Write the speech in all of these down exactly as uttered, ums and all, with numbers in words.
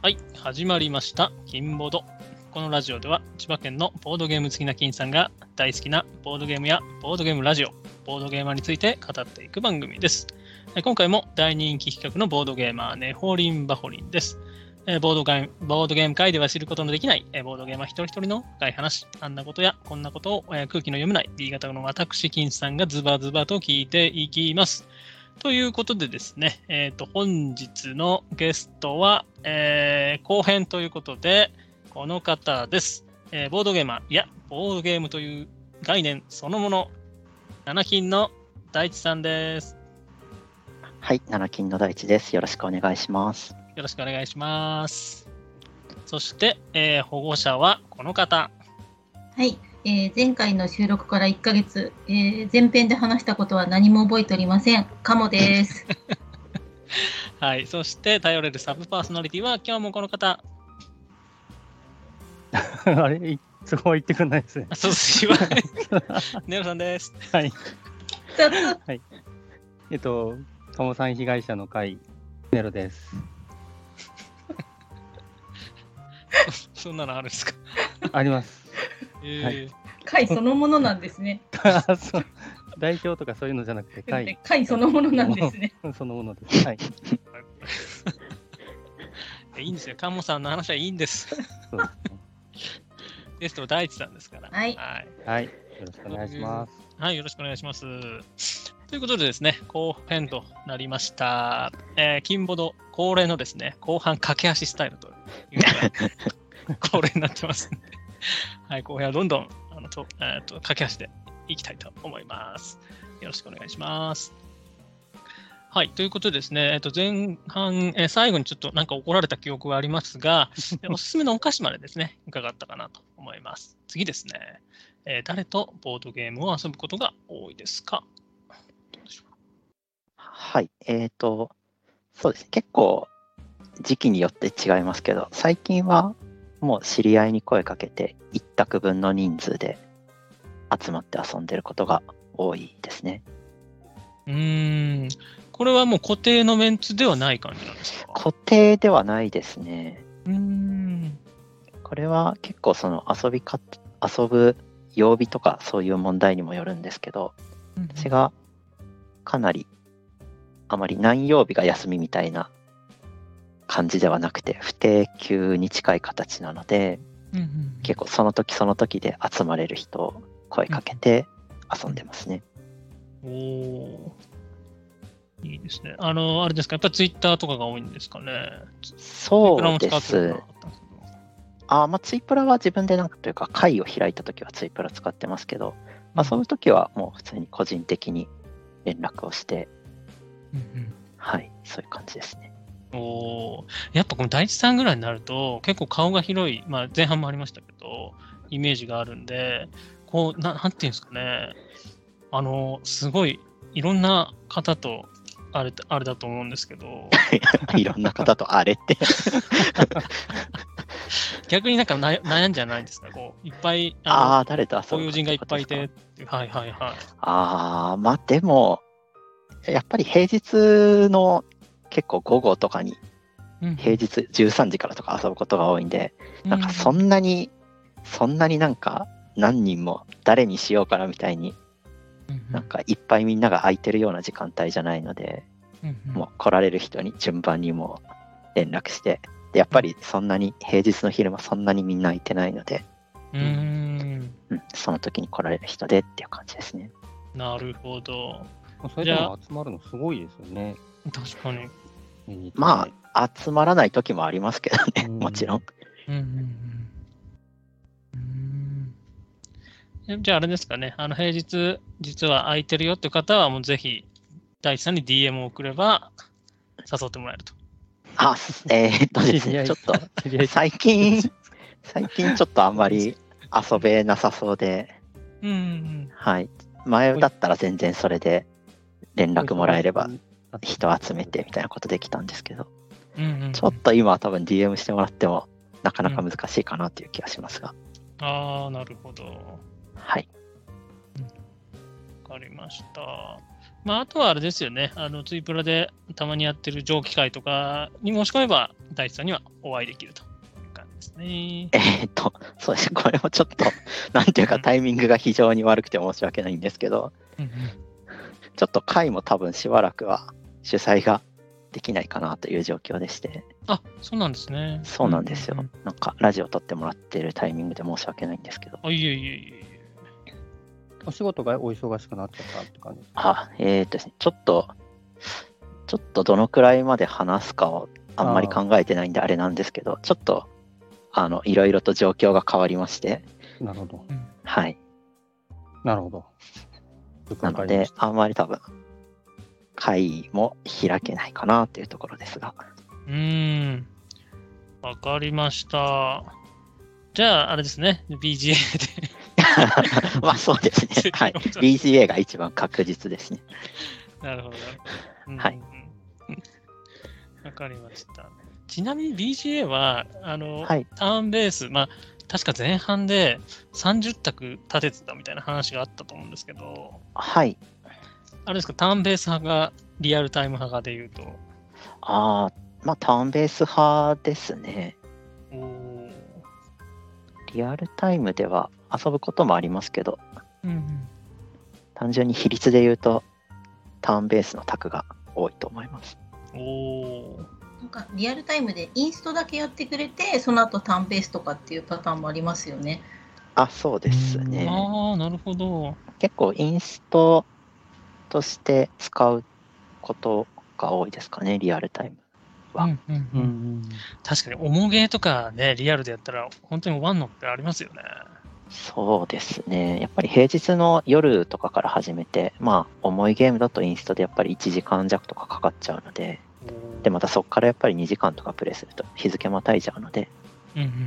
はい、始まりました金ボード。このラジオでは千葉県のボードゲーム好きな金さんが大好きなボードゲームやボードゲームラジオ、ボードゲーマーについて語っていく番組です。今回も大人気企画のボードゲーマーネホリンバホリンです。ボードゲーム、ボードゲーム界では知ることのできないボードゲーマー一人一人の深い話、あんなことやこんなことを空気の読めない B 型の私金さんがズバズバと聞いていきます。ということでですね、えーと、本日のゲストは、えー、後編ということで、この方です。えー、ボードゲーマー、いや、ボードゲームという概念そのもの、七金の大地さんです。 はい、七金の大地です。よろしくお願いします。 よろしくお願いします。そして、えー、保護者はこの方。 はい。えー、前回の収録からいっかげつ、えー、前編で話したことは何も覚えておりません。カモです。 はい、そして頼れるサブパーソナリティは今日もこの方。 あれ、そこは言ってくんないですね。 そうですよ。ネロさんです。 はい。はい。えっと、カモさん被害者の会、ネロです。 そんなのあるんですか？ あります。 えーはい、 会そのものなんですね。 そう代表とかそういうのじゃなくて会。 会そのものなんですね。 そのものです。はい。 いいんですよ。カモさんの話はいいんです。 そうですね。 ゲストは大地さんですから。 はい。 はい。はい、よろしくお願いします。 はい、よろしくお願いします。ということでですね、後編となりました。えー、金ボド恒例のですね、後半駆け足スタイルというのが恒例になってますので、はい、後編はどんどんあのと、えー、と駆け足でいきたいと思います。よろしくお願いします。はい、ということでですね、えー、と前半、えー、最後にちょっとなんか怒られた記憶はありますが、おすすめのお菓子までですね、伺ったかなと思います。次ですね、えー、誰とボードゲームを遊ぶことが多いですか？ はい、えーと、そうですね、結構時期によって違いますけど、最近はもう知り合いに声かけて一択分の人数で集まって遊んでることが多いですね。 うーん、これはもう固定のメンツではない感じなんですか？ 固定ではないですね。 うーん。 これは結構その遊びか、遊ぶ曜日とかそういう問題にもよるんですけど、 うんうん、 私がかなりあまり何曜日が休みみたいな感じではなくて不定休に近い形なので、 うんうん、 結構その時その時で集まれる人を声かけて遊んでますね。 うん、おー、いいですね。あの、あれですか、やっぱりツイッターとかが多いんですかね。 そうです。あ、まあ、ツイプラは自分でなんかというか会を開いた時はツイプラ使ってますけど、まあ、そういう時はもう普通に個人的に連絡をして、 うんうん、 はい、そういう感じですね。 お、やっぱこの大地さんぐらいになると結構顔が広い、まあ、前半もありましたけどイメージがあるんで、こう な, なんていうんですかね、あのすごいいろんな方とあれあれだと思うんですけどいろんな方とあれって逆になんか悩んじゃないですか、こういっぱいああ誰と遊ぶかご友人がいっぱいいて、はいはいはい。 ああまあでもやっぱり平日の結構午後とかに平日じゅうさんじからとか遊ぶことが多いんで、うん、なんかそんなに、うん、そんなになんか何人も誰にしようかなみたいに、うん、なんかいっぱいみんなが空いてるような時間帯じゃないので、うん、もう来られる人に順番にも連絡してでやっぱりそんなに平日の昼間そんなにみんな空いてないので、 うんうん、その時に来られる人でっていう感じですね。 なるほど。 それでも集まるのすごいですよね。 確かに。 まあ集まらない時もありますけどね、もちろん。 うんうんうん、じゃああれですかね、あの平日実は空いてるよって方はもうぜひ大地さんに ディーエム を送れば誘ってもらえると。 あ、えー、っとですね、ちょっと最近最近ちょっとあんまり遊べなさそうで、 うんうん、 はい、前だったら全然それで連絡もらえれば人集めてみたいなことできたんですけど、うんうんうん、ちょっと今は多分 ディーエム してもらってもなかなか難しいかなという気がしますが、 うん、ああなるほど、 はい、 わかりました。まああとはあれですよね、あのツイプラでたまにやってる上機会とかに申し込めば大地さんにはお会いできるという感じですね。 えーっと、そうです。これもちょっと、なんていうかタイミングが非常に悪くて申し訳ないんですけど、 うんうん、 ちょっと会も多分しばらくは主催ができないかなという状況でして。 あ、そうなんですね。 そうなんですよ。 うんうん、 なんかラジオ撮ってもらってるタイミングで申し訳ないんですけど。 あ、いえいえいえ。 お仕事がお忙しくなっちゃったって感じですか？ あ、えーっとですね、ちょっと、ちょっとどのくらいまで話すかをあんまり考えてないんであれなんですけど、ちょっと、あの、いろいろと状況が変わりまして。 なるほど。 はい。 なるほど。 なので、あんまり多分、会も開けないかなというところですが。 うーん。わかりました。じゃあ、あれですね、ビージーエー で。 まあそうですね。はい。ビージーエー が一番確実ですね。 なるほど。うん、 はい。 わかりました。ちなみに ビージーエー は、あの、 はい、 ターンベース、まあ、確か前半でさんじゅう択立ててたみたいな話があったと思うんですけど、 はい。 あれですか、ターンベース派がリアルタイム派がで言うと。 ああ、まあターンベース派ですね。 おー、 リアルタイムでは遊ぶこともありますけど、 うんうん、 単純に比率で言うと、ターンベースの卓が多いと思います。 おー。 なんかリアルタイムでインストだけやってくれて、その後ターンベースとかっていうパターンもありますよね。 あ、そうですね。 ああ、なるほど。 結構インストとして使うことが多いですかね、リアルタイムは。 うんうんうん、確かに、重ゲーとかね、リアルでやったら、本当に終わんのってありますよね。 そうですね。やっぱり平日の夜とかから始めて、まあ、重いゲームだとインストでやっぱりいちじかん弱とかかかっちゃうので、で、またそこからやっぱりにじかんとかプレイすると日付またいじゃうので、 うんうんうん、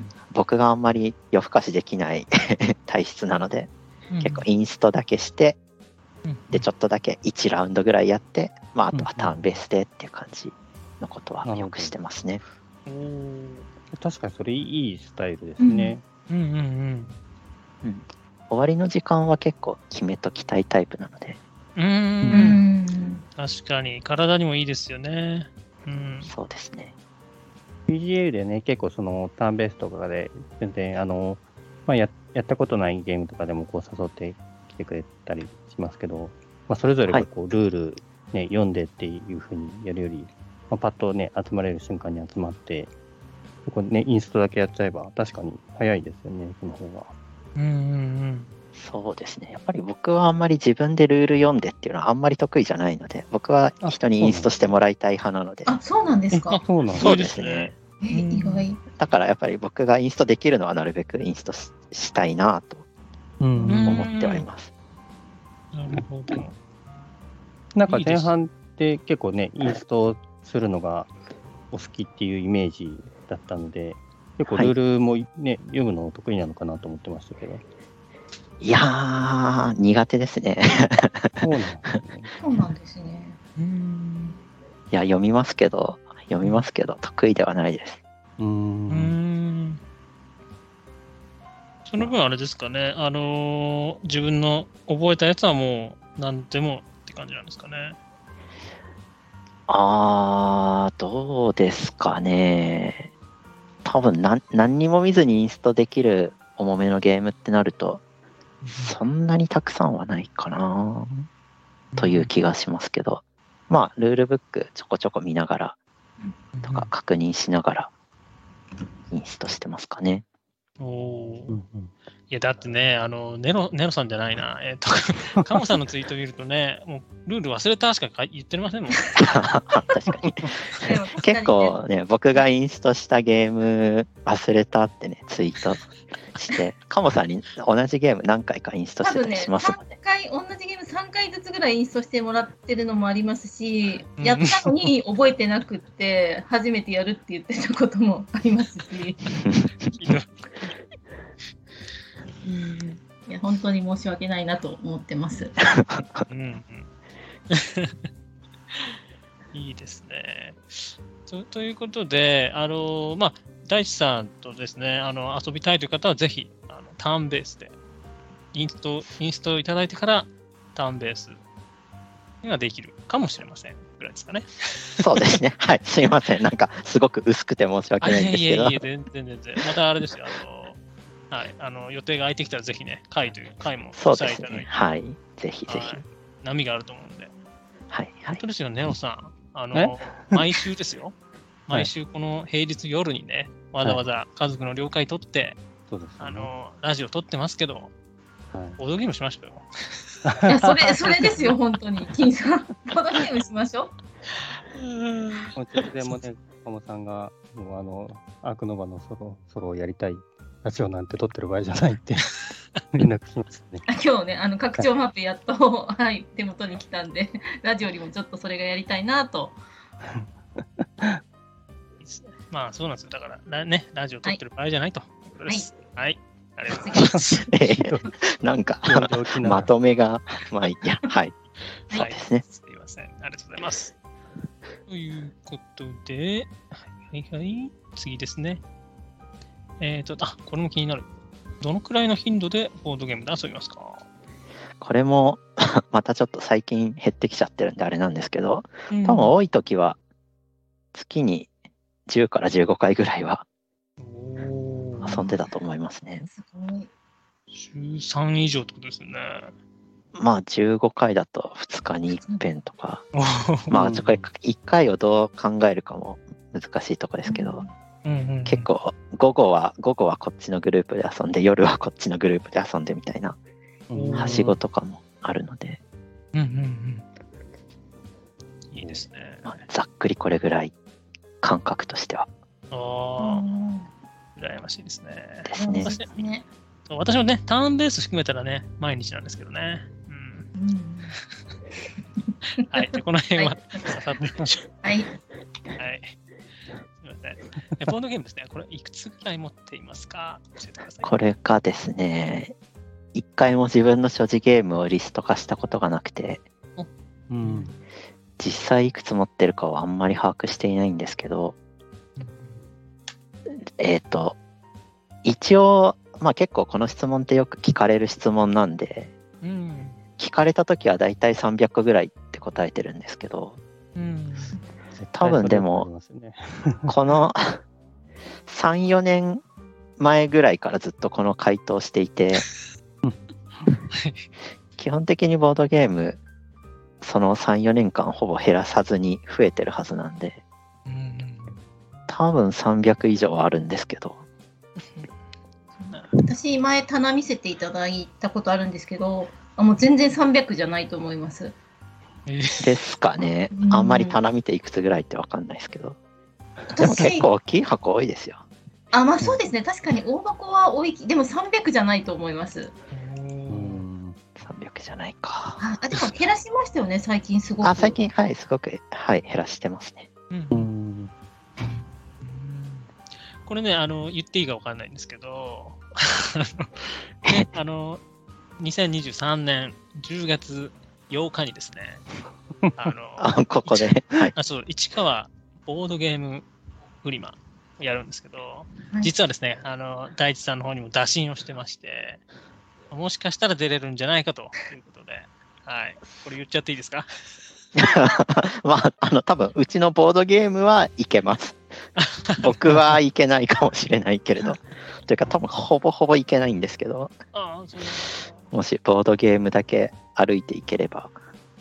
僕があんまり夜更かしできない体質なので、 うん、 結構インストだけして、 うん、 で、ちょっとだけいちラウンドぐらいやって、まあ、あとはターンベースでっていう感じのことはよくしてますね。 おー、 確かにそれいいスタイルですね。 うんうんうんうん、終わりの時間は結構決めときたいタイプなので。 うーん、 うん確かに体にもいいですよね。うん、 そうですね。 ビージーエー でね、結構そのターンベースとかで、全然あの、まあや、やったことないゲームとかでもこう誘ってきてくれたりしますけど、まあ、それぞれがこうルール、ね、読んでっていうふうにやるより、まあ、パッとね、集まれる瞬間に集まって、ここね、インストだけやっちゃえば確かに早いですよね、その方が。 うんうんうん、 そうですね。やっぱり僕はあんまり自分でルール読んでっていうのはあんまり得意じゃないので、僕は人にインストしてもらいたい派なので。 あ、そうなんですか。 そうなんそうですね。 え、意外。 だからやっぱり僕がインストできるのはなるべくインスト し, したいなと思ってはいます。 なるほど。 なんか前半って結構ね、インストするのがお好きっていうイメージだったので、結構ルールもね、はい、読むの得意なのかなと思ってましたけど。 いやー、苦手ですね。 そうなんですね。 そうなんですね。 うん。 いや、読みますけど、読みますけど、得意ではないです。 うーん。 うーん。その分あれですかね、あのー、自分の覚えたやつはもう何でもって感じなんですかね。 あー、どうですかね。多分何、何にも見ずにインストできる重めのゲームってなると、そんなにたくさんはないかなという気がしますけど、まあ、ルールブックちょこちょこ見ながらとか確認しながらインストしてますかね。 おお、うんうん。いや、だってね、あの、ネロ、ネロさんじゃないな、えっと、カモさんのツイート見るとね、もう、ルール忘れたしか言ってませんもん。 確かに。結構ね、僕がインストしたゲーム忘れたってね、ツイートして、カモさんに同じゲーム何回かインストしてたりしますもんね。 多分ね、さんかい、同じゲームさんかいずつぐらいインストしてもらってるのもありますし、うん、やったのに覚えてなくって、初めてやるって言ってたこともありますし。うん、いや本当に申し訳ないなと思ってます。 うんうん、いいですね。と, ということで、あのまあ、大地さんとですね、あの遊びたいという方はぜひあのターンベースでインストインストいただいてからターンベースができるかもしれませんぐらいですかね。 そうですね。はい。すいません。なんか、すごく薄くて申し訳ないんですけど。 いえいえいえ、全然全然。またあれですよ。あの、はい。あの、予定が空いてきたらぜひね、会という会もそうですね。 いただいて、 はい。ぜひぜひ。 はい、波があると思うんで。 はい。はい、 本当ですよ、ネオさん。あの、毎週ですよ。毎週この平日夜にね、わざわざ家族の了解取って、 そうですね、 あの、ラジオ撮ってますけど、はい、ボードゲームしましょうよ。 いや、それ、それですよ、本当に。金さん、ボードゲームしましょう。 もう直前もね、カモさんが、もうあの、アークノバのソロ、ソロをやりたいラジオなんて撮ってる場合じゃないって連絡しますね。 今日ね、あの、拡張マップやっと、はい、手元に来たんで、ラジオよりもちょっとそれがやりたいなと。 まあそうなんですよ。だからね、ラジオ撮ってる場合じゃないということです。はい。はい、ありがとうございます。 えー、なんか、まとめが、まあいいや。はい。そうですね。 すいません。ありがとうございます。ということで、はいはい、次ですね。えっ、ー、と、あ、これも気になる。どのくらいの頻度でボードゲームで遊びますか？ これも、またちょっと最近減ってきちゃってるんであれなんですけど、多分多い時は、月にじゅうからじゅうごかいぐらいは遊んでたと思いますね。 すごい。 じゅうさん以上ってことですよね。 まあじゅうごかいだとふつかにいっぺんとか、まあちょっといっかいをどう考えるかも難しいとこですけど、 うんうんうん、 結構午後は午後はこっちのグループで遊んで、夜はこっちのグループで遊んでみたいなはしごとかもあるので、 うんうんうん、いいですね。 まあ、ざっくりこれぐらい感覚としては。 ああ、羨ましいですね。 ですね。 私, 私もね、ターンベース含めたらね、毎日なんですけどね。うんうん、はい、でこの辺はささっといきましょう。 はい。はい。 すみません。ボードゲームですね。これいくつぐらい持っていますか？教えてください。 これがですね、一回も自分の所持ゲームをリスト化したことがなくて、 うん、 実際いくつ持ってるかはあんまり把握していないんですけど、えっと、一応、まあ結構この質問ってよく聞かれる質問なんで、うん、聞かれたときはだいたいさんびゃっこぐらいって答えてるんですけど、うん、多分でも、このさん、よねんまえぐらいからずっとこの回答していて、基本的にボードゲーム、そのさん、よねんかんほぼ減らさずに増えてるはずなんで、うん、多分さんびゃく以上はあるんですけど。 私、前棚見せていただいたことあるんですけど、あもう全然さんびゃくじゃないと思います。 ですかね。あんまり棚見ていくつぐらいってわかんないですけど。でも結構大きい箱多いですよ。 あ、まあそうですね。確かに大箱は多い。でもさんびゃくじゃないと思います。 さんびゃくじゃないか。 あ、でも減らしましたよね、最近すごく。 あ、最近、はい、すごく、はい、減らしてますね。うんうんこれね、あの、言っていいかわかんないんですけど、ね、あの、にせんにじゅうさんねんじゅうがつようかにですね、あの、 あここで、 はい、あそう、市川ボードゲームフリマをやるんですけど、はい、実はですね、あの、大地さんの方にも打診をしてまして、もしかしたら出れるんじゃないかということで、はい。これ言っちゃっていいですか？ まあ、あの、多分うちのボードゲームはいけます。僕はいけないかもしれないけれど。というか、多分ほぼほぼいけないんですけど、あそうもしボードゲームだけ歩いていければ、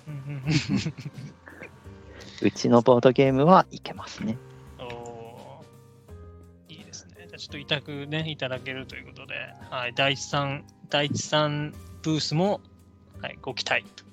うちのボードゲームはいけますね。 おいいですね。じゃあちょっと委託ね、いただけるということで、はい。第一さん、第一さんブースも、はい、ご期待と。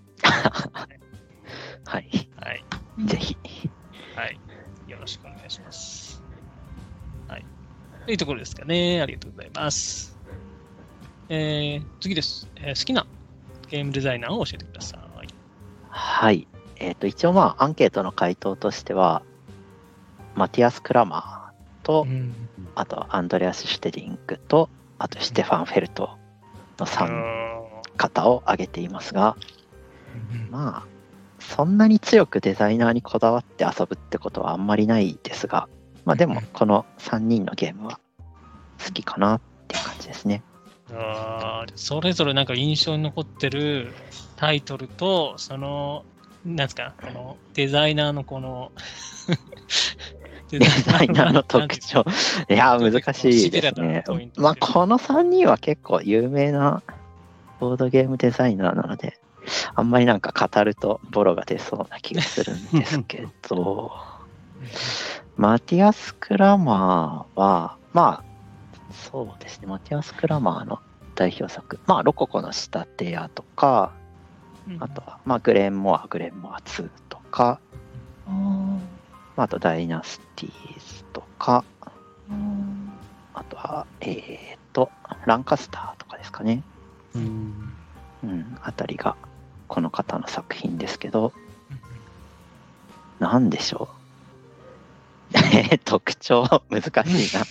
はい。はい。ぜひ。 はい。よろしくお願いします。はい。というところですかね。ありがとうございます。えー、次です、えー。好きなゲームデザイナーを教えてください。 はい。えっと、一応まあ、アンケートの回答としては、マティアス・クラマーと、うん、あと、アンドレアス・シュテリングと、あと、シュテファン・フェルトのさん方を挙げていますが、うん、まあ、そんなに強くデザイナーにこだわって遊ぶってことはあんまりないですが、まあでもこのさんにんのゲームは好きかなっていう感じですね。 あそれぞれなんか印象に残ってるタイトルとそのなんですか、このデザイナーのこのデザイナーの特徴。いや、難しいですね。まあ、このさんにんは結構有名なボードゲームデザイナーなので、あんまりなんか語るとボロが出そうな気がするんですけど、マティアス・クラマーは、まあ、そうですね、マティアス・クラマーの代表作、まあ、ロココの仕立て屋とか、あとは、まあ、グレンモア、グレンモアツーとか、あとダイナスティーズとか、あとは、えーと、ランカスターとかですかね。うん、うん、あたりがこの方の作品ですけど、なんでしょう。特徴難しいな。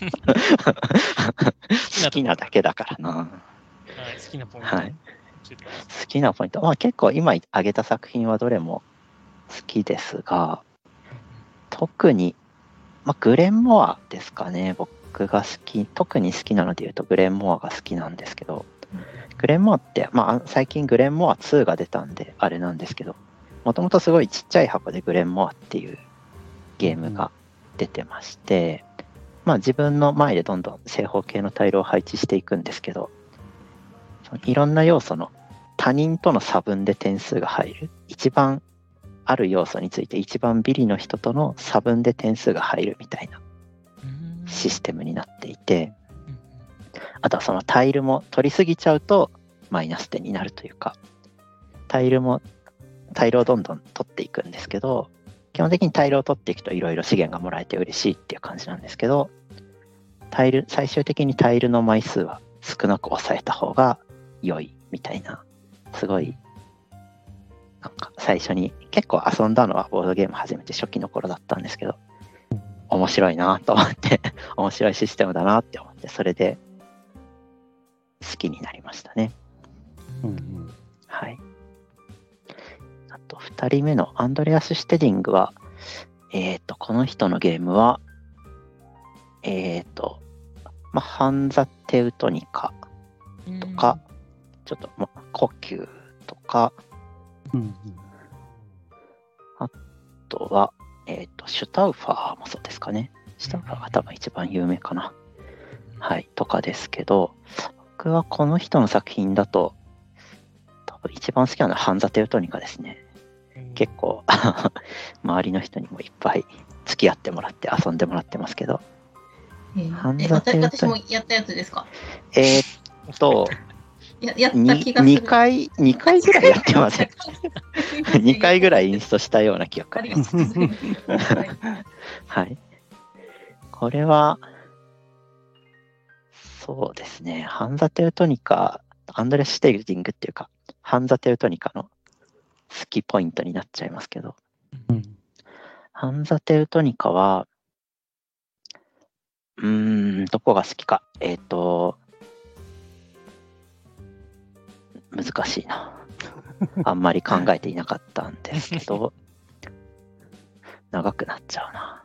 好きなだけだからな。はい、 好きなポイント。はい、 好きなポイント。まあ結構今挙げた作品はどれも好きですが、特に、まあ、グレンモアですかね。僕が好き、特に好きなので言うとグレンモアが好きなんですけど、グレンモアって、まあ最近グレンモアツーが出たんであれなんですけど、もともとすごいちっちゃい箱でグレンモアっていうゲームが出てまして、まあ自分の前でどんどん正方形のタイルを配置していくんですけど、そのいろんな要素の他人との差分で点数が入る。一番ある要素について一番ビリの人との差分で点数が入るみたいなシステムになっていて、あとはそのタイルも取りすぎちゃうとマイナス点になるというか、タイルもタイルをどんどん取っていくんですけど、基本的にタイルを取っていくといろいろ資源がもらえて嬉しいっていう感じなんですけど、タイル最終的にタイルの枚数は少なく抑えた方が良いみたいな、すごいなんか最初に結構遊んだのはボードゲーム始めて初期の頃だったんですけど、面白いなと思って面白いシステムだなって思って、それで好きになりましたね。うんうん、はい。あとふたりめのアンドレアス・シュテディングは、えっとこの人のゲームはえっとまあハンザ・テウトニカとか、ちょっとま呼吸とか、うんうん、あとは、えっと、シュタウファーもそうですかね。シュタウファーが多分一番有名かな。はい、とかですけど、僕はこの人の作品だと、多分一番好きなのはハンザ・テウトニカですね。結構、周りの人にもいっぱい付き合ってもらって遊んでもらってますけど。 えー、ハンザ・テウトニカ。私もやったやつですか？ えー、っと、 や, やった気がする。 にかい、にかいぐらいやってません。にかいぐらいインストしたような記憶あります。はい。これは、そうですね、ハンザ・テウトニカ、アンドレス・シュテルディングっていうか、ハンザ・テウトニカの好きポイントになっちゃいますけど、うん、ハンザ・テウトニカは、うーん、どこが好きか。えっと、難しいな。あんまり考えていなかったんですけど、長くなっちゃうな。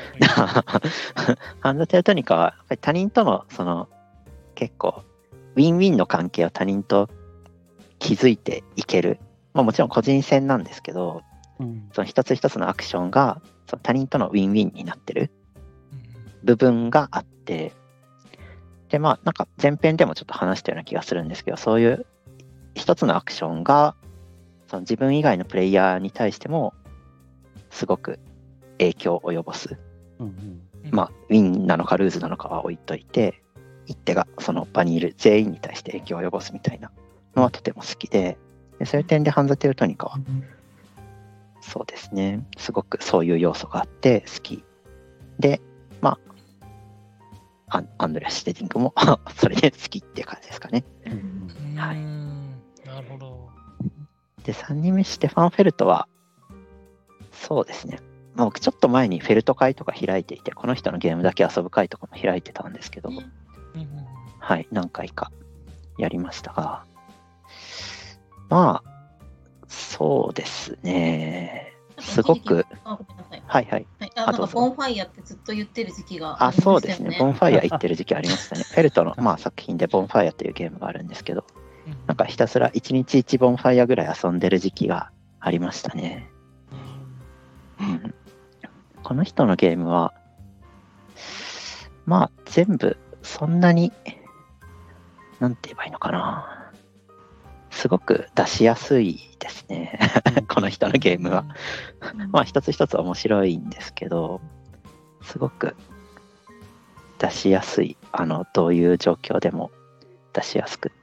ハンザ・テウトニカはやっぱり他人とのその結構ウィンウィンの関係を他人と築いていける、まあ、もちろん個人戦なんですけど、うん、その一つ一つのアクションがその他人とのウィンウィンになってる部分があって、でまあなんか前編でもちょっと話したような気がするんですけど、そういう一つのアクションがその自分以外のプレイヤーに対してもすごく影響を及ぼす、うんうん、まあウィンなのかルーズなのかは置いといて、一手がその場にいる全員に対して影響を及ぼすみたいなのはとても好きで、でそういう点でハンザ・テウトニカは、うん、そうですね、すごくそういう要素があって好きで、まあアンドレアス・シュテディングもそれで好きっていう感じですかね。うん、はい。 なるほど。 でさんにんめシュテファン・フェルトはそうですね、まあ、僕ちょっと前にフェルト会とか開いていて、この人のゲームだけ遊ぶ会とかも開いてたんですけど、うん、はい何回かやりましたが、まあそうですね、すごくはいはい、はい、 あなんかボンファイヤってずっと言ってる時期がありましたよね。 あそうですね、ボンファイヤ言ってる時期ありましたね。フェルトの、まあ、作品でボンファイヤというゲームがあるんですけど、なんかひたすらいちにちいちボンファイヤぐらい遊んでる時期がありましたね。 この人のゲームは、まあ全部そんなに、なんて言えばいいのかな。すごく出しやすいですね。この人のゲームは。まあ一つ一つ面白いんですけど、すごく出しやすい。あの、どういう状況でも出しやすくって。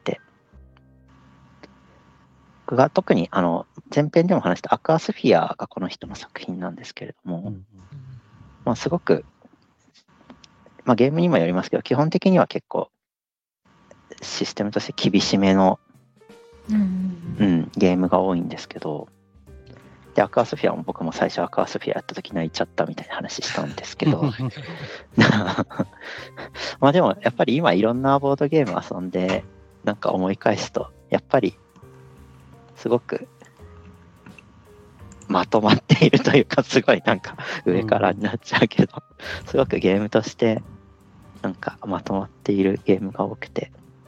僕が特にあの前編でも話したアクアスフィアがこの人の作品なんですけれども、うんまあ、すごく、まあ、ゲームにもよりますけど基本的には結構システムとして厳しめの、うんうん、ゲームが多いんですけど、でアクアスフィアも僕も最初アクアスフィアやった時泣いちゃったみたいな話したんですけどまあでもやっぱり今いろんなボードゲーム遊んでなんか思い返すとやっぱりすごくまとまっているというかすごいなんか上からになっちゃうけど、うん、すごくゲームとしてなんかまとまっているゲームが多くて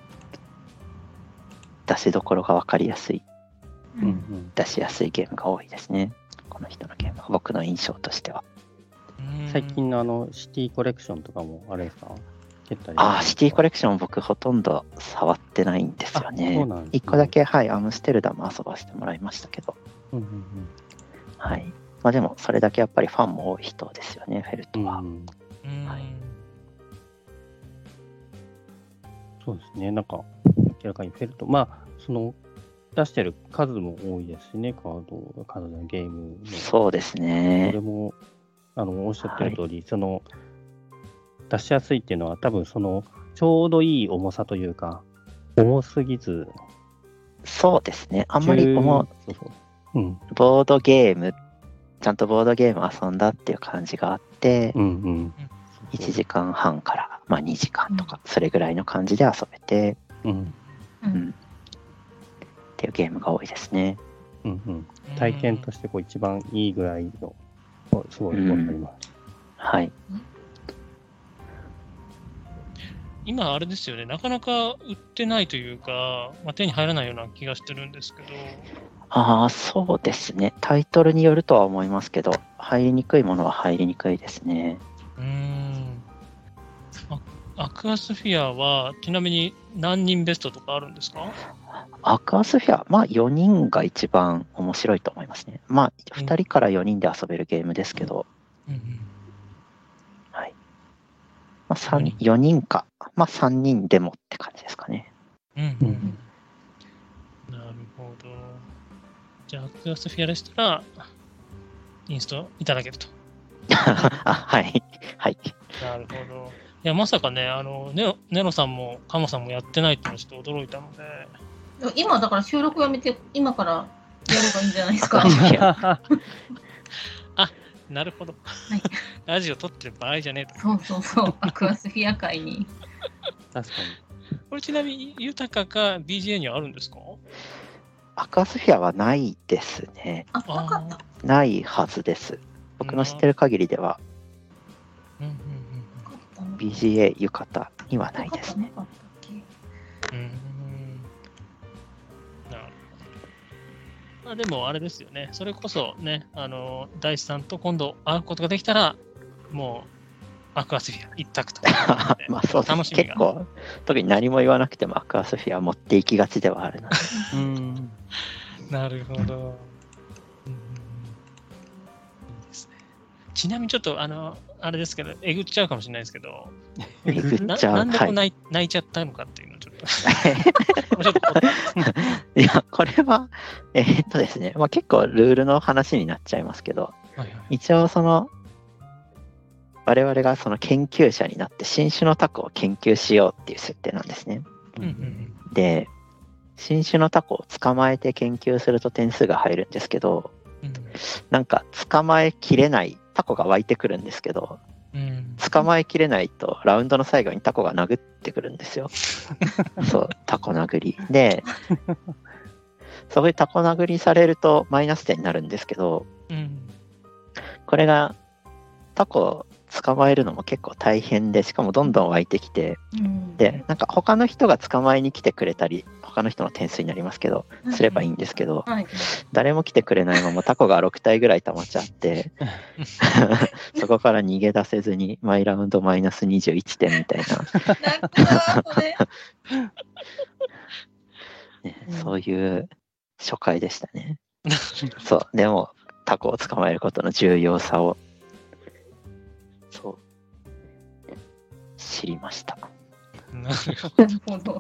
出しどころが分かりやすい、うん、出しやすいゲームが多いですね。この人のゲームは僕の印象としては。 最近のあのシティコレクションとかもあれですか？ ああ、シティコレクション僕ほとんど触ってないんですよね。そうなんですね。一個だけ、はい、アムステルダム遊ばせてもらいましたけど。うんうんうん、はい。まあでも、それだけやっぱりファンも多い人ですよね、フェルトは。うんはい、 そうですね、なんか、明らかにフェルト、まあ、その、出してる数も多いですしね、カード、カードのゲームの。 そうですね。 それも、あの、おっしゃってる通り、はい、その、出しやすいっていうのは多分そのちょうどいい重さというか重すぎずそうですねあんまり重う、うん、ボードゲームちゃんとボードゲーム遊んだっていう感じがあって、うんうん、いちじかんはんから、まあ、にじかんとかそれぐらいの感じで遊べて、うんうん、っていうゲームが多いですね、 うんうん、体験としてこう一番いいぐらいのすごいわかります、 うん、はい今あれですよね、なかなか売ってないというか、まあ、手に入らないような気がしてるんですけど。 ああ、そうですね。タイトルによるとは思いますけど、入りにくいものは入りにくいですね。 うーん。アクアスフィアは、ちなみに何人ベストとかあるんですか？ アクアスフィア、まあよにんが一番面白いと思いますね。まあふたりからよにんで遊べるゲームですけど、うんうんはいまあ、よにんか、まあさんにんでもって感じですかね。うんうん、 なるほど。じゃあ、アクアスフィアでしたら、インストいただけると。 あはい。はい。 なるほど。いや、まさかね、あの、ネロ、ネロさんもカモさんもやってないっていうのはちょっと驚いたので。 今、だから収録やめて、今からやればいいんじゃないですか。 あ、なるほど。はい、ラジオ撮ってる場合じゃねえと。 そうそうそう、アクアスフィア界に。 確かに。これちなみに、豊かか ビージーエー にはあるんですか？ アクアスフィアはないですね。 あ、なかった。 ないはずです。僕の知ってる限りでは、うんうんうん、ビージーエー 浴衣にはないですね。うん。 なるほど。まあでもあれですよね。それこそね、あの大地さんと今度会うことができたら、もうアクアスフィア一択と。 まあそうです。楽しみが結構特に何も言わなくてもアクアスフィア持っていきがちではあるので。うん。 なるほど。ちなみにちょっとあのあれですけど、えぐっちゃうかもしれないですけど、 えぐっちゃう。 な, なんでこう 泣,、はい、泣いちゃったのかっていうのをちょっと。 いや、これは、えー、っとですね、まあ、結構ルールの話になっちゃいますけど、はいはい、一応その、我々がその研究者になって新種のタコを研究しようっていう設定なんですね。うんうん、で、新種のタコを捕まえて研究すると点数が入るんですけど、うん、なんか捕まえきれないタコが湧いてくるんですけど、うん、捕まえきれないとラウンドの最後にタコが殴ってくるんですよ。そうタコ殴りでそこでタコ殴りされるとマイナス点になるんですけど、うん、これがタコを捕まえるのも結構大変で、しかもどんどん湧いてきて、 うん、 で、なんか他の人が捕まえに来てくれたり、他の人の点数になりますけど、すればいいんですけど、 はい、 誰も来てくれないままタコがろく体ぐらい溜まっちゃって、そこから逃げ出せずに、毎ラウンドマイナスにじゅういってんみたいな。 泣くわそれね、そういう初回でしたね。そう、でもタコを捕まえることの重要さを、そう、知りました。 なるほど。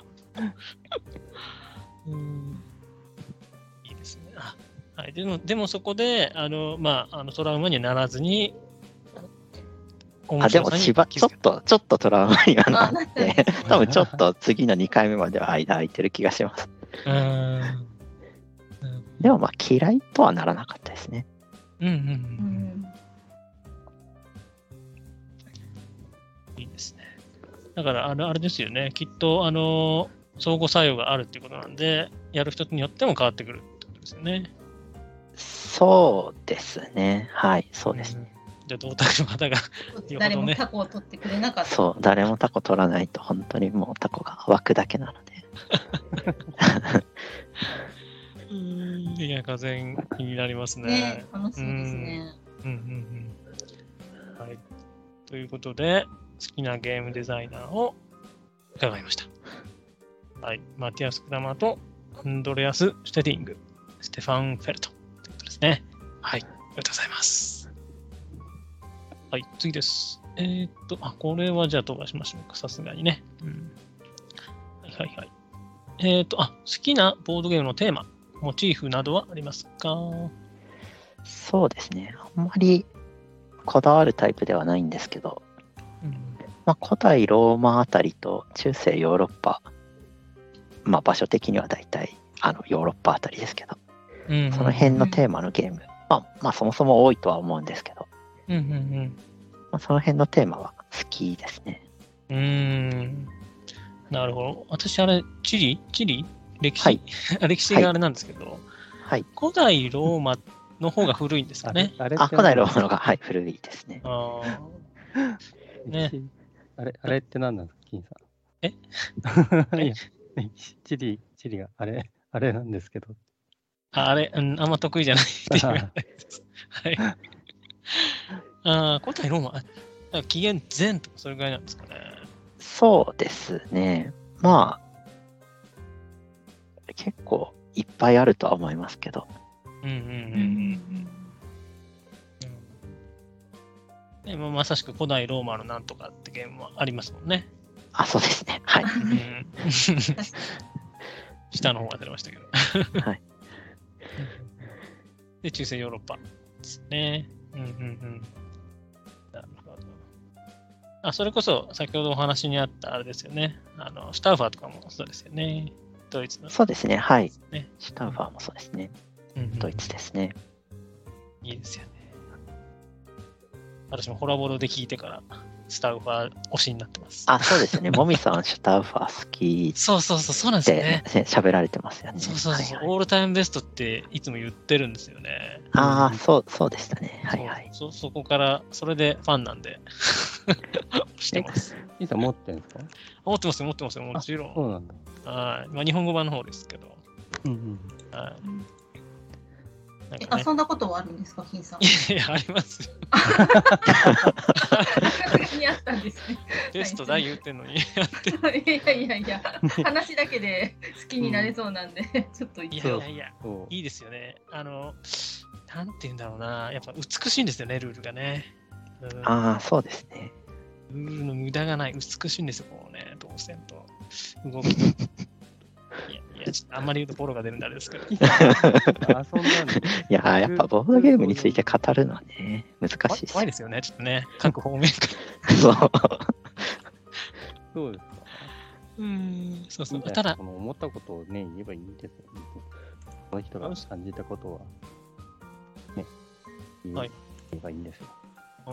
うんいいですね。あはい、でも、でもそこで、あの、まあ、あのトラウマにはならずに、 あ、でもしば、ちょっと、ちょっとトラウマにはなって、多分ちょっと次のにかいめまでは間空いてる気がします。 うんでもまあ嫌いとはならなかったですね。 うんうんう。 うんんいいですね。だから、あの、あれですよね。きっと、あの、相互作用があるっていうことなんで、やる人によっても変わってくるってことですよね。 そうですね。はい、そうですね。 うん、じゃあ、同卓の方が誰もタコを取ってくれなかった。 そう、誰もタコ取らないと、本当にもうタコが湧くだけなので。 うんいや、風邪気になりますね。 ね、楽しみですね。 うんうんうん。はい。ということで、好きなゲームデザイナーを伺いました。はい。マティアス・クラマーとアンドレアス・シュテディング、ステファン・フェルトということですね。はい。ありがとうございます。はい。次です。えー、っと、あ、これはじゃあ飛ばしましょうか。さすがにね。うん。はいはいはい。えー、っと、あ、好きなボードゲームのテーマ、モチーフなどはありますか？ そうですね。あんまりこだわるタイプではないんですけど、 うんまあ、古代ローマあたりと中世ヨーロッパ、まあ、場所的には大体あのヨーロッパあたりですけど、 うんうんうん、 その辺のテーマのゲーム、まあ、まあそもそも多いとは思うんですけど、 うんうんうんまあ、その辺のテーマは好きですね。 うーん。なるほど。私、あれ、地理地理歴史、 はい、 歴史があれなんですけど、 はい。 古代ローマの方が古いんですかね。 あれあ、古代ローマのが、はい、古いですね。 あねあれ、あれって何なんですか、金さん。 えいや、チリ、チリが、あれ、あれなんですけど。 ああれ、うん、あんま得意じゃないっていう。はい。あ古代ローマ、あ紀元前とかそれぐらいなんですかね。 そうですね。まあ、結構いっぱいあるとは思いますけど。 うんうんうんうん。うん、でもまさしく古代ローマのなんとかってゲームはありますもんね。 あ、そうですね。はい。 うん、下の方が出ましたけど。 はい。 で、中世ヨーロッパですね。うんうんうん。なるほど。あ、それこそ先ほどお話にあったあれですよね。あの、シュタウファーとかもそうですよね。ドイツの。 そうですね。はい。 ね、 シュタウファーもそうですね。 うんうん、 ドイツですね。 いいですよね。私もホラボロで聞いてからスタウファー推しになってます。 あ、そうですね。もみさん、シュタウファー好きそうそうそう、そうなんですよね。 喋られてますよね。 そうそうそう、 はいはい、 オールタイムベストっていつも言ってるんですよね。 ああ、そう、そうでしたね。はいはい。 そ, そ, そこから、それでファンなんで、してます。 金さん持ってるんですか？ 持ってますよ、持ってますよ、もちろん。 そうなんだ。 はい。まあ、日本語版の方ですけど。 うんうん。 はい。なんえ、 かね、 遊んだことはあるんですか、金さん。 いやいや、ありますよ。 にあったんですね。 テスト大言ってんのに。 いやいやいや、話だけで好きになれそうなんで、ちょっとい一応。 やいやいや、いいですよね。あの、なんて言うんだろうな。やっぱ美しいんですよね、ルールがね。 うん、ああ、そうですね。 ルールの無駄がない、美しいんですよ、こうね、動線と動きと。いや、いやちょっとあんまり言うとボロが出るんであれですけど。 遊んだんでいや、やっぱボードゲームについて語るのはね、難しいです。 怖いですよね、ちょっとね、各方面から。 そう。 そうですか。 うん、そうそう。 たただ、 思ったことをね、言えばいいんですよ。その人が感じたことは、ね、言えばいいんですよ。 うん、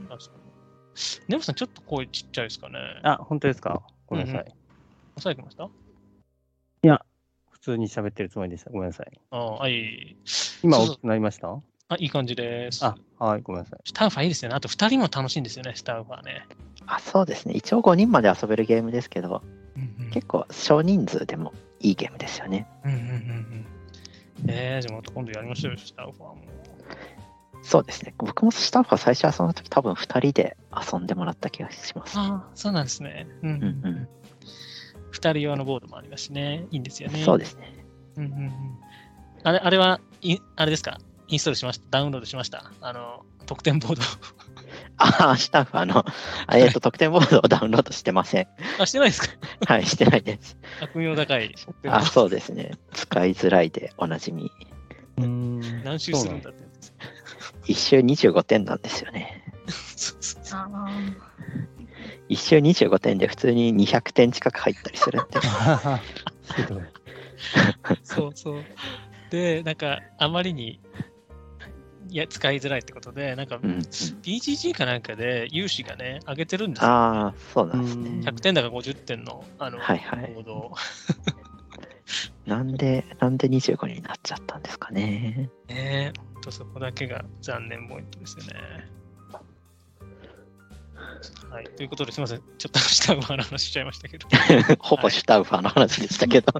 確かに。ネムさん、ちょっと声ちっちゃいですかね。 あ、本当ですか。ごめんなさい。うんうん、 抑えてました？ いや、普通に喋ってるつもりでした。ごめんなさい。 ああ、いい。 今大きくなりました？ あ、いい感じです。 あ、はい、ごめんなさい。 スタウファーいいですよね。あとふたりも楽しいんですよね、スタウファーね。 あ、そうですね。一応ごにんまで遊べるゲームですけど、 うんうん、 結構少人数でもいいゲームですよね。 うんうんうんうん。えー、じゃあまた今度やりましょうよ、スタウファーも。 そうですね。僕もスタッフは最初遊んだ時多分ふたりで遊んでもらった気がします。 ああ、そうなんですね。うんうんうん。ふたり用のボードもありますしね。いいんですよね。 そうですね。 うんうんうん。あれ、あれは、いあれですか、インストールしました、ダウンロードしました、あの、得点ボード。 ああ、スタッフ、あの、えっと、得点ボードをダウンロードしてません。 あ、してないですか？ はい、してないです。 悪名高い。 あ、そうですね。使いづらいでおなじみ。 うん。 何周するんだってやつです。 一周にじゅうごてんなんですよね。 そうそうそう。 あ一周にじゅうごてんで普通ににひゃくてん近く入ったりするんで。 ひどい。 そうそう。で、なんか、あまりに、いや、使いづらいってことで、なんか、 うんうん、 ビージージー かなんかで融資がね、上げてるんですよ、ね。 ああ、そうなんですね。 ひゃくてんだかごじゅってんの、あの、 はいはい、 ボード。 なんで、なんでにじゅうごになっちゃったんですかね。 ねえ、ほんとそこだけが残念ポイントですよね。はい、ということで、すみません。ちょっとシュタウファーの話しちゃいましたけど。 ほぼシュタウファーの話でしたけど。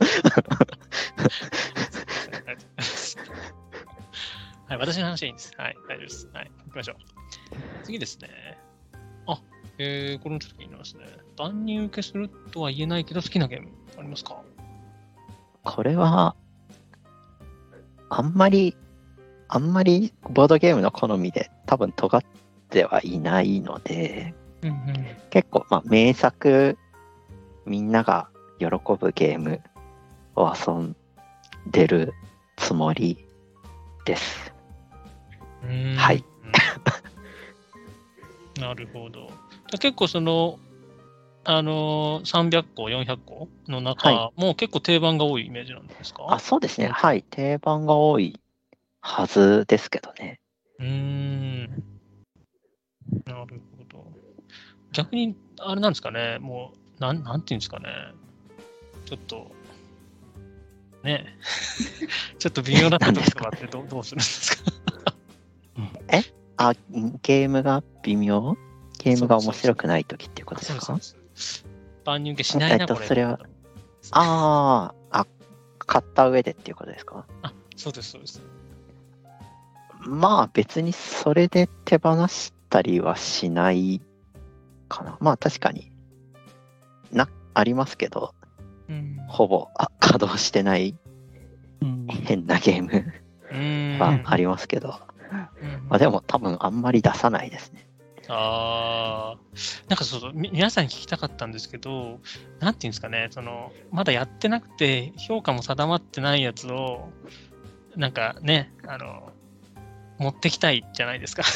はい、私の話はいいんです。はい、大丈夫です。はい、行きましょう。次ですね。あ、えー、これもちょっと気になりますね。万人受けするとは言えないけど、好きなゲームありますか？ これは、あんまり、あんまりボードゲームの好みで多分尖ってはいないので、 うんうん、 結構、まあ、名作、みんなが喜ぶゲームを遊んでるつもりです。 うんはい。 なるほど。結構その、あのー、さんびゃっこ、よんひゃっこの中、はい、もう結構定番が多いイメージなんですか？ あ、そうですね。はい。定番が多いはずですけどね。 うーん。なるほど。逆に、あれなんですかね、もう、なん、なんていうんですかね。ちょっと、ねちょっと微妙なこととかってどどうするんですか？ えあ、ゲームが微妙？ゲームが面白くないときっていうことですか？ そうそうそう。万人受けしないな、 えっと、 これ。 それは、ああ、あ、買った上でっていうことですか？ あ、そうです、そうです。 まあ別にそれで手放したりはしないかな。まあ確かにな、ありますけど、うん、ほぼあ稼働してない変なゲームはありますけど、まあ、でも多分あんまり出さないですね。 ああ、なんかそうそう、皆さんに聞きたかったんですけど、なんていうんですかね、その、まだやってなくて、評価も定まってないやつを、なんかね、あの、持ってきたいじゃないですか。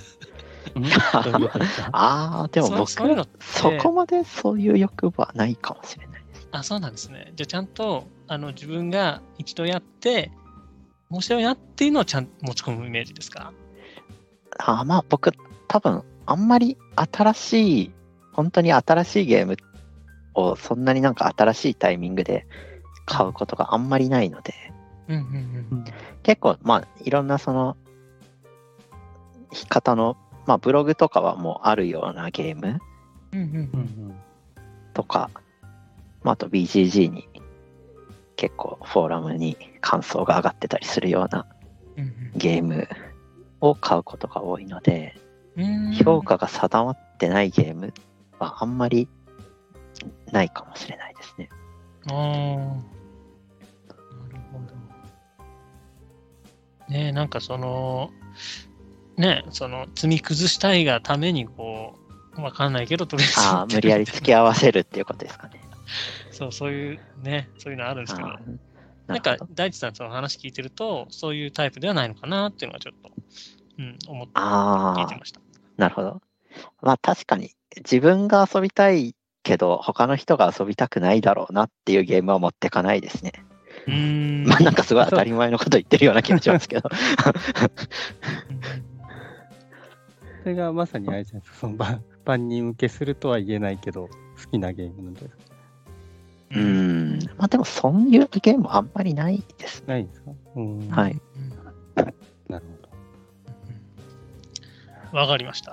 ああ、でも僕そういうのそこまでそういう欲はないかもしれないです。 あ、そうなんですね。じゃあちゃんとあの自分が一度やって、面白いなっていうのをちゃんと持ち込むイメージですか？ あまあ僕多分あんまり新しい、本当に新しいゲームをそんなになんか新しいタイミングで買うことがあんまりないので、うんうんうん、結構まあいろんなその方の、まあ、ブログとかはもうあるようなゲームとか、まあ、あと ビージージー に結構フォーラムに感想が上がってたりするようなゲームを買うことが多いので、評価が定まってないゲームはあんまりないかもしれないですね。 ああ、なるほど。ねえ、なんかそのね、その積み崩したいがためにこうわかんないけどとりあえずああ無理やり付き合わせるっていうことですかね。 そうそういうねそういうのあるんですけど、なんか大地さんその話聞いてるとそういうタイプではないのかなっていうのはちょっと、うん、思って聞いてました。 なるほど。まあ確かに自分が遊びたいけど他の人が遊びたくないだろうなっていうゲームは持ってかないですね。 うーんまあなんかすごい当たり前のこと言ってるような気がしますけど。 それがまさにあれじゃないですか、その万、万人受けするとは言えないけど、好きなゲームなんですか？ うーん、まあでもそういうゲームあんまりないです。 ないですか？うん。 はい。 なるほど。 わかりました。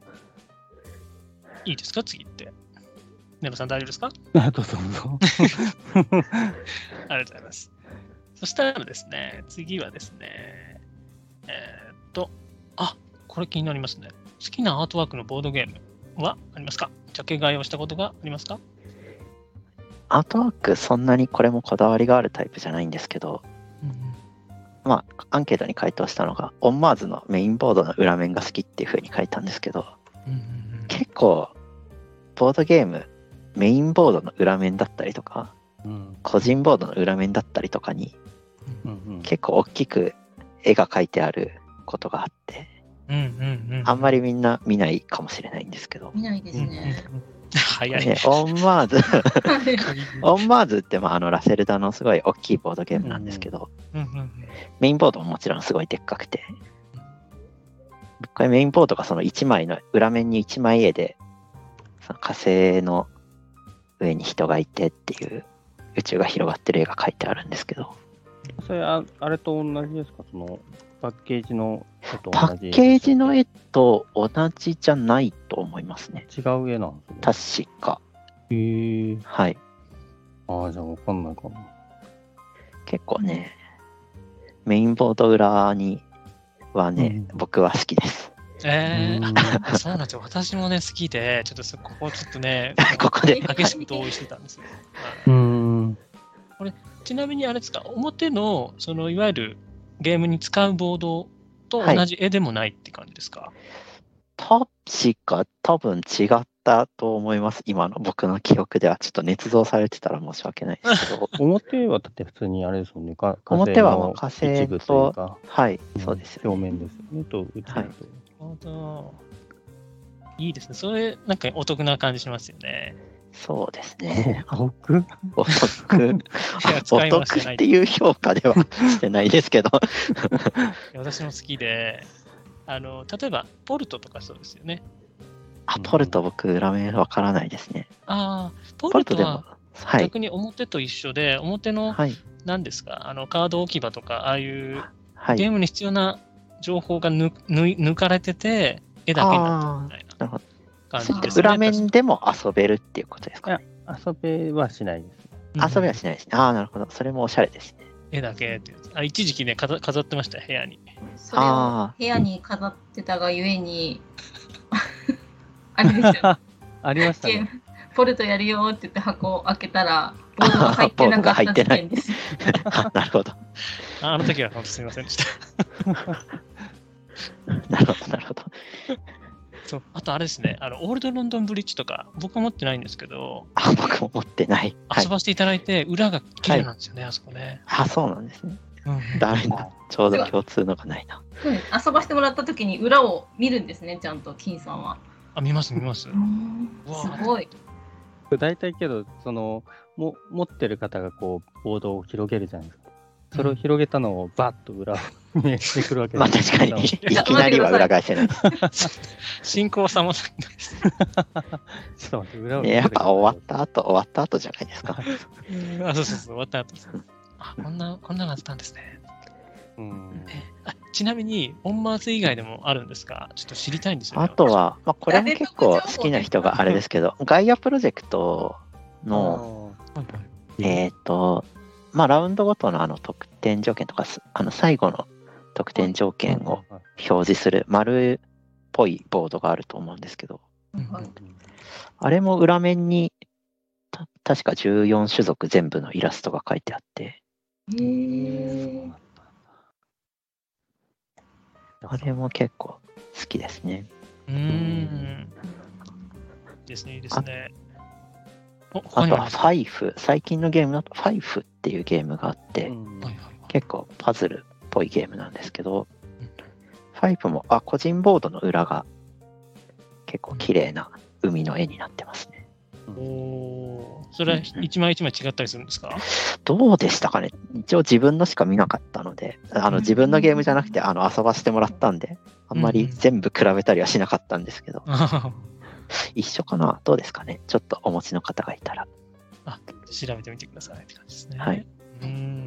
いいですか、次って。ネロさん大丈夫ですか？ あ、どうぞどうぞ。 ありがとうございます。そしたらですね、次はですね、えー、っと、あ、これ気になりますね。好きなアートワークのボードゲームはありますか？ジャケ買いをしたことがありますか？ アートワーク、そんなにこれもこだわりがあるタイプじゃないんですけど、うんうん、まあ、アンケートに回答したのが、オンマーズのメインボードの裏面が好きっていう風に書いたんですけど、うんうんうん、結構、ボードゲーム、メインボードの裏面だったりとか、うん、個人ボードの裏面だったりとかに、うんうん、結構大きく絵が描いてあることがあって、うんうんうん、あんまりみんな見ないかもしれないんですけど。 見ないですね。うんうん、 早いね。オンマーズオンマーズって、まあ、あのラセルダのすごい大きいボードゲームなんですけど、うんうんうん、メインボードももちろんすごいでっかくて、これメインボードがそのいちまいの裏面にいちまい絵で、その火星の上に人がいてっていう宇宙が広がってる絵が描いてあるんですけど、 それ あ, あれと同じですか？そのパッケージの絵と同じ？ パッケージの絵と同じじゃないと思いますね。 違う絵なんですね。確か。 へー。 はい。 ああ、じゃあわかんないかも。 結構ね、メインボード裏にはね、うん、僕は好きです。 えー、そうなんですよ。私もね、好きで、ちょっとそここちょっとね、 ここで激しく同意してたんですよ。 うん。 これ、ちなみにあれですか、表の、そのいわゆるゲームに使うボードと同じ絵でもないって感じですか？ はい、確か多分違ったと思います。今の僕の記憶ではちょっと捏造されてたら申し訳ないですけど。 表はだって普通にあれですよね。か表は火星と、はい、 うん、 そうですよ、 ね。表面ですよね。と宇宙と。はい、 なるほど。いいですね。それ、なんかお得な感じしますよね。 そうですね。 お得お得お得っていう評価ではしてないですけど。 私も好きで、あの、例えば、ポルトとかそうですよね。 あ、ポルト僕、裏面わからないですね。 ああ、ポルトは逆に表と一緒で、はい、表の、何ですか、あの、カード置き場とか、ああいうゲームに必要な情報が 抜, 抜, 抜かれてて、絵だけになってるみたいな感じですね。 裏面でも遊べるっていうことですかね。 いや、遊べはしないです、 ね。遊べはしないですね。ああ、なるほど。それもおしゃれですね。 絵だけってあ一時期ね飾、飾ってました、部屋に。 それを部屋に飾ってたがゆえに、あれですよ。 ありましたね。 ポルトやるよって言って箱を開けたら、ボードが入ってなかった事件です。 なるほど。 あの時は本当すみませんでした。 なるほど、なるほど。 そう、あとあれですね、あのオールドロンドンブリッジとか、僕は持ってないんですけど、 あ、僕も持ってない。 遊ばせていただいて、裏が綺麗なんですよね、はい、あそこね。 あ、そうなんですね。うん、ダメだ。ちょうど共通のがないな。 うん、遊ばせてもらった時に裏を見るんですね、ちゃんと、金さんは。 あ、見ます、見ます。 すごい。 大体けど、その、も持ってる方がこう、ボードを広げるじゃないですか。それを広げたのをバッと裏を見えてくるわけです。 まあ確かに、いきなりは裏返せない。 進行さまないです。 ちょっと待って、裏を見てやっぱ終わった後、終わった後じゃないですか。 あ、そうそうそう、終わった後です。あ、こんな、こんなのあったんですね。 うんあ、ちなみに、オンマーズ以外でもあるんですか？ちょっと知りたいんですよ、ね。 あとは、まあ、これも結構好きな人があれですけど、ガイアプロジェクトの、えっと、まあ、ラウンドごとのあの得点条件とか、あの最後の得点条件を表示する丸っぽいボードがあると思うんですけど、あれも裏面にた確かじゅうよん種族全部のイラストが書いてあって、 へー、 あれも結構好きですね。 うーん。ですね、いいですね。 ああとはファイフ、最近のゲームだとファイフっていうゲームがあって、結構パズルっぽいゲームなんですけど、ファイフもあ個人ボードの裏が結構綺麗な海の絵になってますね。 おー、それは一枚一枚違ったりするんですか？ どうでしたかね。一応自分のしか見なかったので、あの自分のゲームじゃなくてあの遊ばせてもらったんで、あんまり全部比べたりはしなかったんですけど、一緒かな、どうですかね。ちょっとお持ちの方がいたら。 あ、調べてみてくださいって感じですね。 はい。 うん。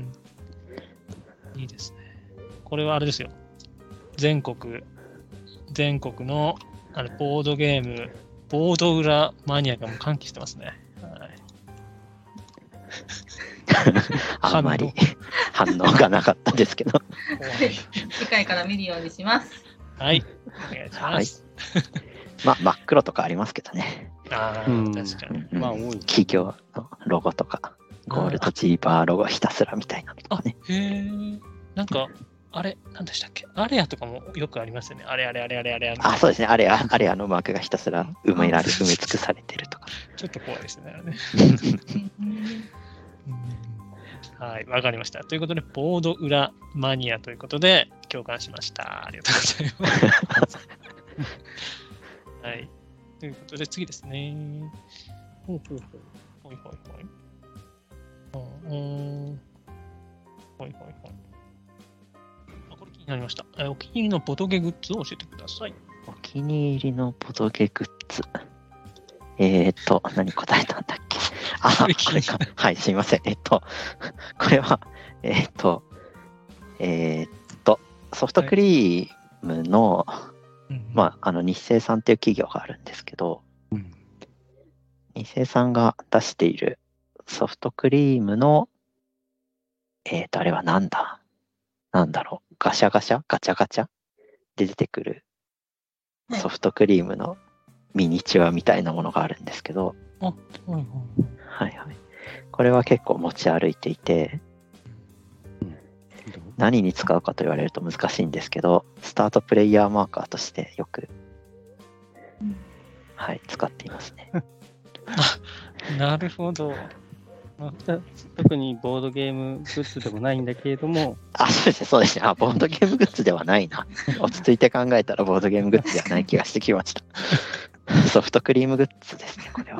いいですね。これはあれですよ。全国全国のあれボードゲーム、ボード裏マニアがもう歓喜してますね。はい、 あんまり反応がなかったですけど。 次回から見るようにします。 はい、お願いします。 はい、まあ真っ黒とかありますけどね。 ああ、確かに。 うん、まあ多い。企業のロゴとか、ゴールドジーバーロゴひたすらみたいなのとかね。 へえ。なんか。あれ、なんでしたっけ？アレアとかもよくありますよね。あれあれあれあれあれ。 あ、そうですね。アレア、アレアのマークがひたすら埋められ、埋め尽くされてるとか。 ちょっと怖いですね。あれねはい、わかりました。ということで、ボード裏マニアということで、共感しました。ありがとうございます。はい。ということで、次ですね。ほうほうほう。ほいほいほい。うん。ほいほいほい。なりました。お気に入りのボドゲグッズを教えてください。 お気に入りのボドゲグッズ。えっ、ー、と、何答えたんだっけ。あ、これか。はい、すいません。えっと、これは、えっ、ー、と、えっ、ー、と、ソフトクリームの、はい、まあ、あの、日清さんっていう企業があるんですけど、うん、日清さんが出しているソフトクリームの、えっ、と、あれはなんだなんだろう、ガシャガシャガチャガチャで出てくるソフトクリームのミニチュアみたいなものがあるんですけど、はいはい、はいはい。これは結構持ち歩いていて、何に使うかと言われると難しいんですけど、スタートプレイヤーマーカーとしてよく、はい、使っていますね。 なるほど。 まあ、特にボードゲームグッズでもないんだけれども。 あ、そうですね、そうですね。あ、ボードゲームグッズではないな。落ち着いて考えたらボードゲームグッズではない気がしてきました。ソフトクリームグッズですね、これは。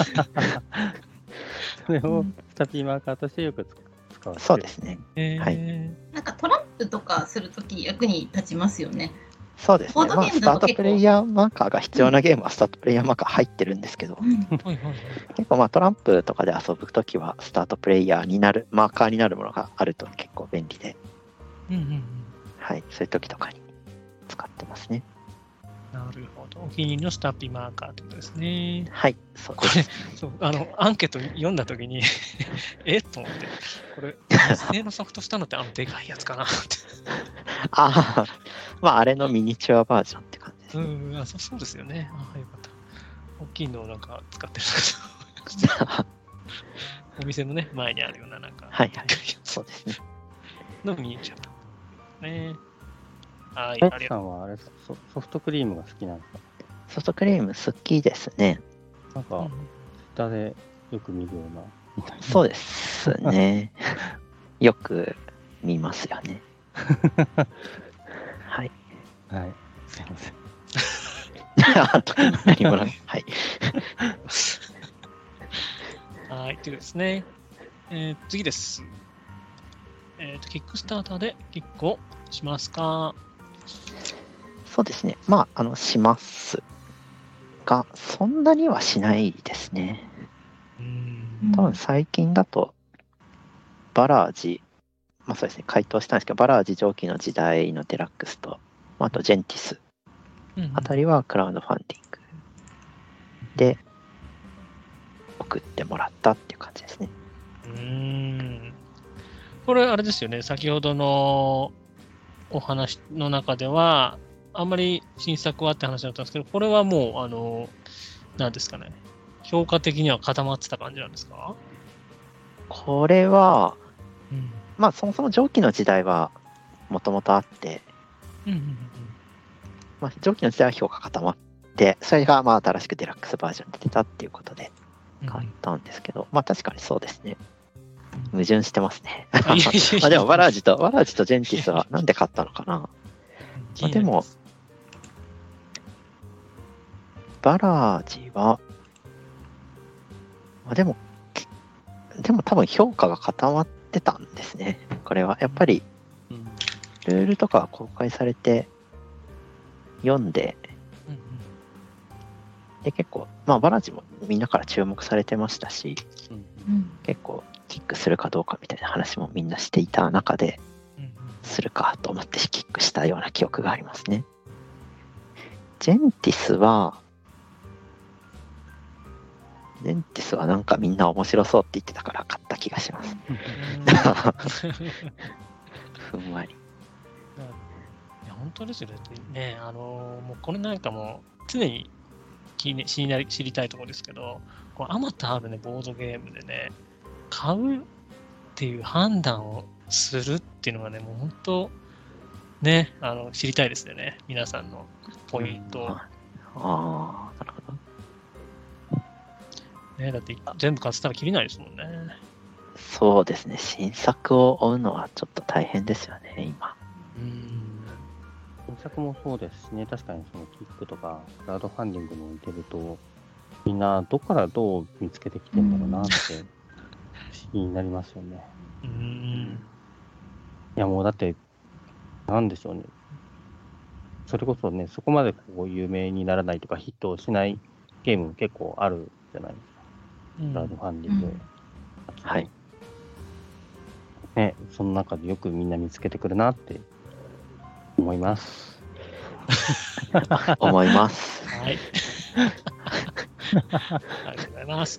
それをスタピーマーカーとしてよく使う。 そうですね。はい。 なんかトランプとかするとき役に立ちますよね。 そうですね。まあ、スタートプレイヤーマーカーが必要なゲームはスタートプレイヤーマーカー入ってるんですけど、うん、結構まあトランプとかで遊ぶときはスタートプレイヤーになる、マーカーになるものがあると結構便利で、うんうんうん、はい、そういうときとかに使ってますね。 なるほど。お気に入りのスタッピーマーカーってことですね。 はい、そうです。 これ、そう、あの、アンケート読んだときに、えっと思って、これ、実製のソフトしたのってあのでかいやつかなって。 ああ、まあ、あれのミニチュアバージョンって感じですね。 うん、あ、そう、そうですよね。ああ、よかった。大きいのをなんか使ってるんお店のね、前にあるような、なんか、 はいはい、そうですね。 のミニチュア。ね。はい、 ありがとう。さんはあれソ、ソフトクリームが好きなんですか？ ソフトクリーム好きですね。 なんか、下でよく見るような。そうですね。よく見ますよね。はい。 はい。すいません。 何もない。はい。 はい、というですね。えー、次です。えっと、キックスターターでキックをしますか？ そうですね。まあ、あの、しますが、そんなにはしないですね。うん多分最近だと、バラージ、まあそうですね、回答したんですけど、バラージ上記の時代のデラックスと、あとジェンティスあたりはクラウドファンディングで送ってもらったっていう感じですね。 うーん。これ、あれですよね、先ほどのお話の中では、あんまり新作はって話だったんですけど、これはもう、あの、なんですかね、評価的には固まってた感じなんですか？ これは、うん、まあそもそも上記の時代はもともとあって、うんうんうんまあ、上記の時代は評価固まって、それがまあ新しくデラックスバージョンで出たっていうことで買ったんですけど、うん、まあ確かにそうですね。矛盾してますね。まあでもバラージと、バラージとジェンティスはなんで買ったのかな。まあ、でも、バラージは、まあ、でも、でも多分評価が固まってたんですね。これは。やっぱり、ルールとか公開されて、読んで、で、結構、まあバラージもみんなから注目されてましたし、結構、キックするかどうかみたいな話もみんなしていた中で、するかと思ってキックしたような記憶がありますね。 ジェンティスは、ジェンティスはなんかみんな面白そうって言ってたから買った気がします。ふんわり。 いや本当ですよね。あのもうこれなんかもう常に気に知りなり知りたいところですけど、このあまたあるねボードゲームでね、買うっていう判断をするっていうのがね、もう本当ね、あの知りたいですよね。皆さんのポイントを。 ああ、なるほど。 ね、だって全部買ってたらきりないですもんね。 そうですね。新作を追うのはちょっと大変ですよね、今。 うん。 新作もそうですしね、確かにそのキックとかクラウドファンディングに置いてると、みんなどこからどう見つけてきてるんだろうなって不思議になりますよね。 うん。 いやもうだって、なんでしょうね。それこそね、そこまでこう有名にならないとかヒットをしないゲーム結構あるじゃないですか。クラウドファンディング。 うんはい。 ね、その中でよくみんな見つけてくるなって思います。 思います。 はい。ありがとうございます。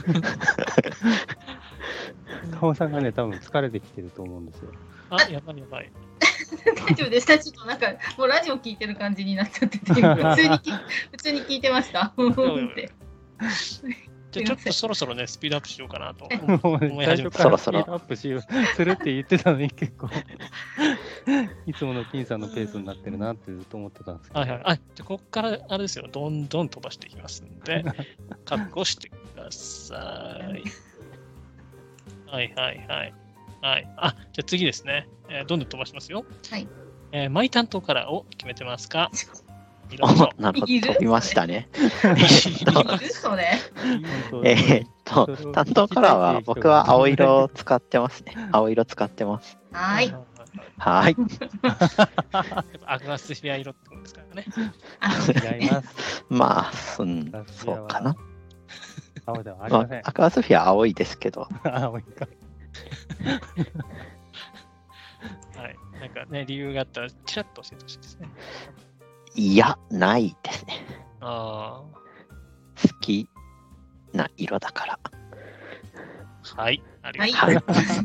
カオさんがね、多分疲れてきてると思うんですよ。 あ、やばいやばい。 大丈夫でした。ちょっとなんかもうラジオ聞いてる感じになっちゃってて、普通に聞普通に聞いてました。ってじゃあちょっとそろそろね、スピードアップしようかなともう思い始めた。 最初からスピードアップしようするって言ってたのに結構いつもの金さんのペースになってるなってずっと思ってたんですけど。 はいはい。あ、じゃあここからあれですよ、どんどん飛ばしていきますんで、覚悟してください。はいはいはい。はい。あ、じゃあ次ですね。えーどんどん飛ばしますよ。 はい。 えーマイ担当カラーを決めてますか？いろおいろ。 なるほど、飛びましたね。 いるそれ。 えーっと、担当カラーは僕は青色を使ってますね。青色使ってます。 はい。 はい。 やっぱ赤ガスフィア色ってことですからね。 違います。 まあ、うん、そうかな。 青ではありまませんあ、。アクアスフィア青いですけど、 青いか。 はい。なんかね、理由があったら、ちらっと教えてほしいですね。 いや、ないですね。 あ好きな色だから。 あ。はい。ありがとうございます。 はい。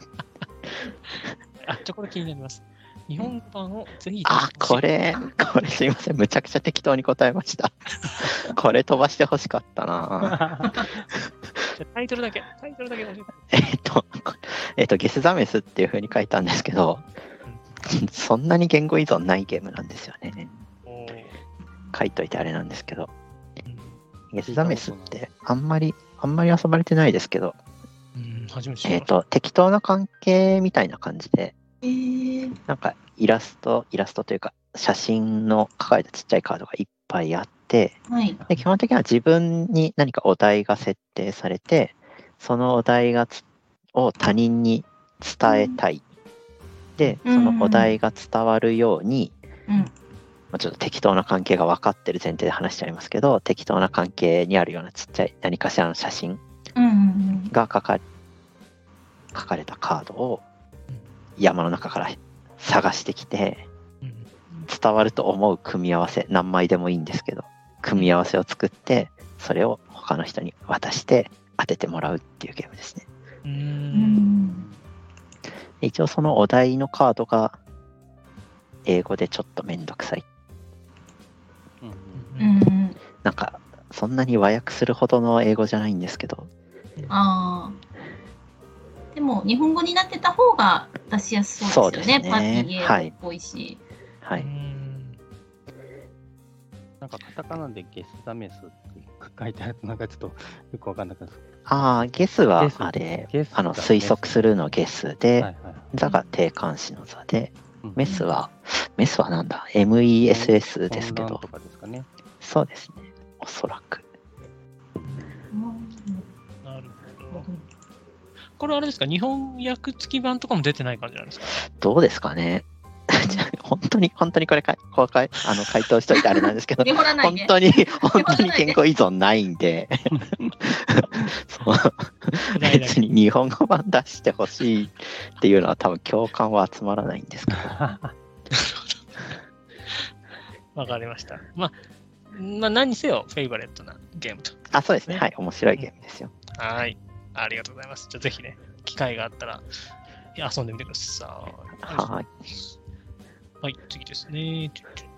あ、じゃあこれ気になります。日本版をぜひ。 あ、これ、これすいません。むちゃくちゃ適当に答えました。これ飛ばしてほしかったな。 じゃあタイトルだけ、タイトルだけ教えて。 えっと、えっと、ゲスザメスっていう風に書いたんですけど、そんなに言語依存ないゲームなんですよね。 おー書いといてあれなんですけど、 うんゲスザメスってあんまり、あんまり遊ばれてないですけど、 うん、初めて知りえっました。 と、適当な関係みたいな感じで、 えー、 なんかイラスト、イラストというか、写真の描かれたちっちゃいカードがいっぱいあって、 はい。 で基本的には自分に何かお題が設定されて、そのお題がつを他人に伝えたい。で、 うんそのお題が伝わるように、 うん。 まあちょっと適当な関係が分かってる前提で話しちゃいますけど、適当な関係にあるようなちっちゃい何かしらの写真うんうんが書か書かれたカードを山の中から探してきて、 うん伝わると思う組み合わせ、何枚でもいいんですけど、組み合わせを作って、それを他の人に渡して当ててもらうっていうゲームですね。 ううん。うんん。 一応そのお題のカードが英語でちょっとめんどくさい。 うんうんうん。 なんかそんなに和訳するほどの英語じゃないんですけど、 ああ。でも日本語になってた方が出しやすそうですよね。 そうですねパーティー英語っぽいし。 はい。 うんなんかカタカナでゲスザメスって書いてあるとなんかちょっとよくわかんなかったです。 ああ、ゲスはゲスあれゲス、 あのが推測するのゲスで、 はいはい。 ザが定冠詞のザで、 うんメスは、メスはなんだ エムイーエスエス ですけど混乱と、かですかね。 そうですね。おそらく。 なるほど。これあれですか、日本訳付き版とかも出てない感じなんですか？ どうですかね。本当に、本当にこれか、公開、あの、回答しといてあれなんですけど、 見掘らないで。 本当に、本当に言語依存ないんで、そうないない別に日本語版出してほしいっていうのは多分共感は集まらないんですけど、 まわかりました。まあ、まあ、何にせよフェイバレットなゲームと。 あ、そうですね。はい。面白いゲームですよ。 はい。ありがとうございます。じゃあぜひね、機会があったら遊んでみてください。 はい。 はい、次ですね。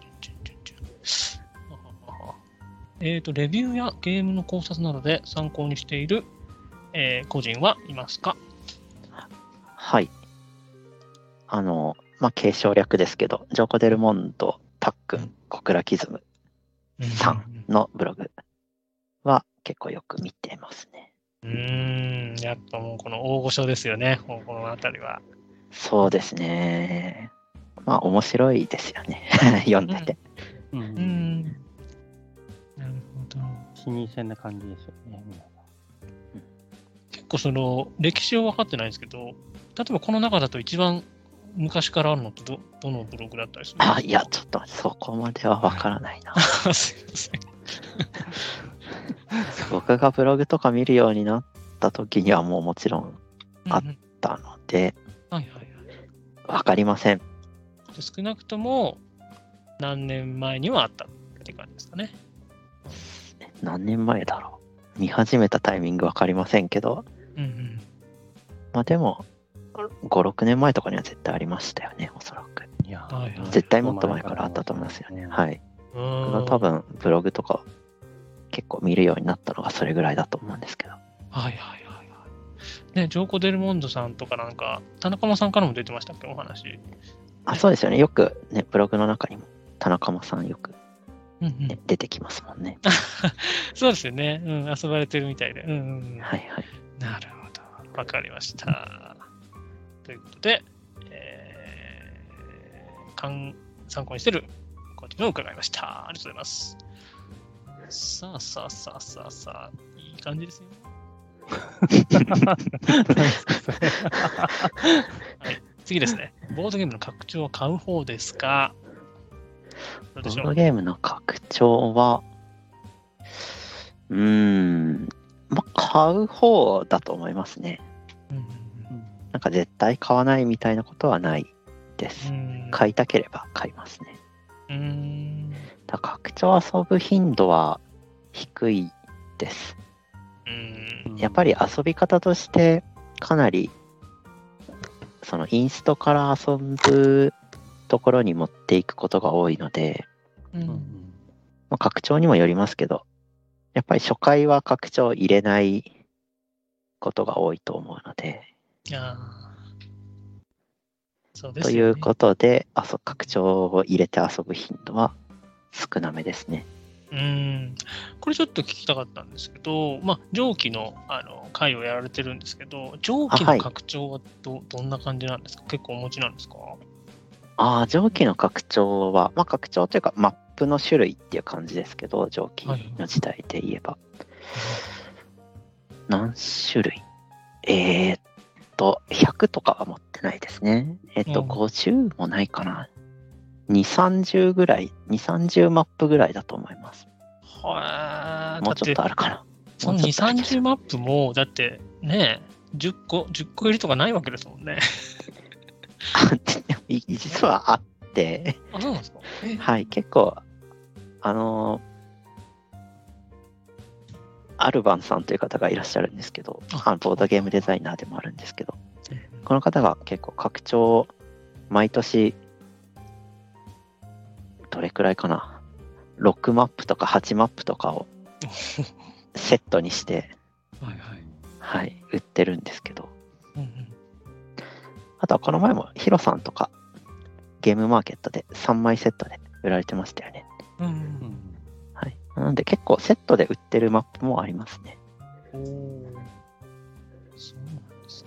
えっと、レビューやゲームの考察などで参考にしている、えー、個人はいますか？ はい。あの、まあ、継承略ですけど、ジョーコ・デルモンド、パックン、小倉キズムさんのブログは結構よく見てますね。 うーん、やっぱもうこの大御所ですよね、このあたりは。 そうですね。まあ、面白いですよね。読んでて。 うん。うん、なるほど。 老舗な感じですよね。 結構その歴史は分かってないんですけど、例えばこの中だと一番昔からあるのってど、どのブログだったりするんですか？ あ、いや、ちょっとそこまでは分からないな。 すいません。 僕がブログとか見るようになった時にはもうもちろんあったので、 うんうん、はいはいはい。 分かりません。 少なくとも何年前にはあったって感じですかね。 何年前だろう。見始めたタイミング分かりませんけど、 うんうん、 まあでもご、ろくねんまえとかには絶対ありましたよね、おそらく。 いや、 はいはい、 絶対もっと前からあったと思いますよね。はい。僕が多分ブログとか結構見るようになったのがそれぐらいだと思うんですけど。 はいはいはいはい。ね、ジョーコ・デルモンドさんとかなんか、田中間さんからも出てましたっけ、お話。 あ、そうですよね。よくね、ブログの中にも田中間さんよく、ね、 うんうん、 出てきますもんね。 そうですよね。うん、遊ばれてるみたいで。うんうんうん、 はいはい。 なるほど。わかりました。ということで、えー、かん参考にしてるこちらを伺いました。ありがとうございます。さあさあさあさあさあ、いい感じですよ。はい、次ですね。ボードゲームの拡張は買う方ですか？ ボードゲームの拡張は、うーん、まあ、買う方だと思いますね。うんうんうん、なんか絶対買わないみたいなことはないです。買いたければ買いますね。うーん、だ拡張遊ぶ頻度は低いです。うん、やっぱり遊び方としてかなりそのインストから遊ぶところに持っていくことが多いので、うんまあ、拡張にもよりますけど、やっぱり初回は拡張入れないことが多いと思うので、あそうですよね、ということで、あそ拡張を入れて遊ぶ頻度は少なめですね。 うん、これちょっと聞きたかったんですけど、まあ、蒸気のあの回をやられてるんですけど、蒸気の拡張は ど,、はい、どんな感じなんですか？結構お持ちなんですか？ ああ、蒸気の拡張は、まあ、拡張というかマップの種類っていう感じですけど、蒸気の時代で言えば。はい、何種類えー、っと、ひゃくとかは持ってないですね。えー、っと、ごじゅうもないかな。に、さんじゅうぐらい、に、さんじゅうマップぐらいだと思います。 はもうちょっとあるかな。 そのに、さんじゅうマップも、だってね、じゅっこ、じゅっこ入りとかないわけですもんね。 実はあって、 あ、そうなんですか？ はい、結構、あのー、アルバンさんという方がいらっしゃるんですけど、あのボードゲームデザイナーでもあるんですけど、この方が結構拡張、毎年、どれくらいかな、ろくマップとかはちマップとかをセットにして、はいはい、はい、売ってるんですけど、うんうん、あとはこの前もヒロさんとかゲームマーケットでさんまいセットで売られてましたよね。うんうん、はい。なので結構セットで売ってるマップもありますね。おー、 そうなんです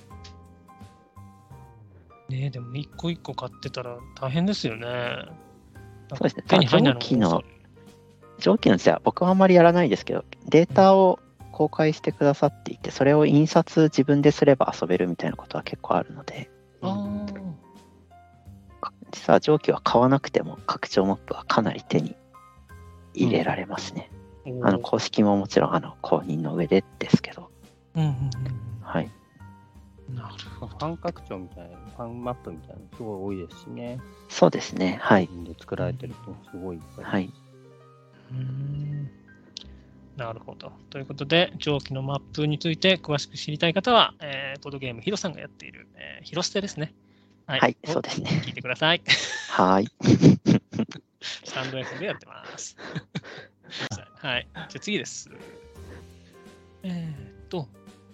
ね。ねえ、でも一個一個買ってたら大変ですよね。 そうですね。手に入らないの蒸気の、蒸気のじゃあ僕はあんまりやらないですけど、データを公開してくださっていて、それを印刷自分ですれば遊べるみたいなことは結構あるので、あ実は蒸気は買わなくても拡張マップはかなり手に入れられますね。うん、あの公式ももちろんあの公認の上でですけど、うんうんうん、はい。 なるほど。 ファン拡張みたいな、ファンマップみたいなのすごい多いですしね。 そうですね。はい。 自分で作られてるとすごいいっぱい。 はい。 うーんなるほど。ということで、上記のマップについて詳しく知りたい方は、えー、ボードゲームヒロさんがやっている、えー、ヒロステですね。 はい、はい、そうですね。 聞いてください。 はい。 スタンド エフ でやってます。はい。じゃあ次です。えー、っと、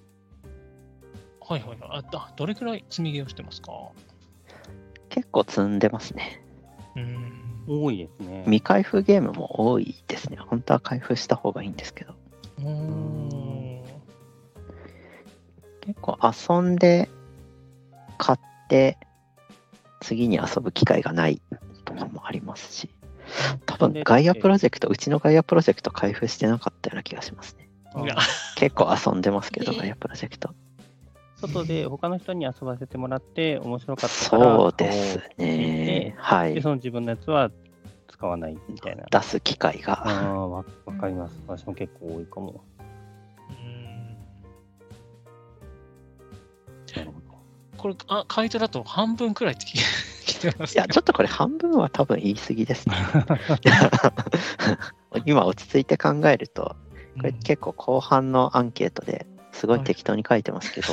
はいはいはい。あ、だどれくらい積みゲーをしてますか？ 結構積んでますね。 うん。 多いですね。 未開封ゲームも多いですね。本当は開封した方がいいんですけど。 うーん結構遊んで、買って、次に遊ぶ機会がないとかもありますし、多分ガイアプロジェクト、うちのガイアプロジェクト開封してなかったような気がしますね。 いや結構遊んでますけど、ガイアプロジェクト。 外で他の人に遊ばせてもらって面白かったからそうですね。はで、 い。 その自分のやつは使わないみたいな。 出す機会あが。 あ、わわかります。私も結構多いかも。 うんなるほど。 これあ、買い手だと半分くらいって聞いてますいや、ちょっとこれ半分は多分言い過ぎですね。今落ち着いて考えると、これ結構後半のアンケートですごい適当に書いてますけど、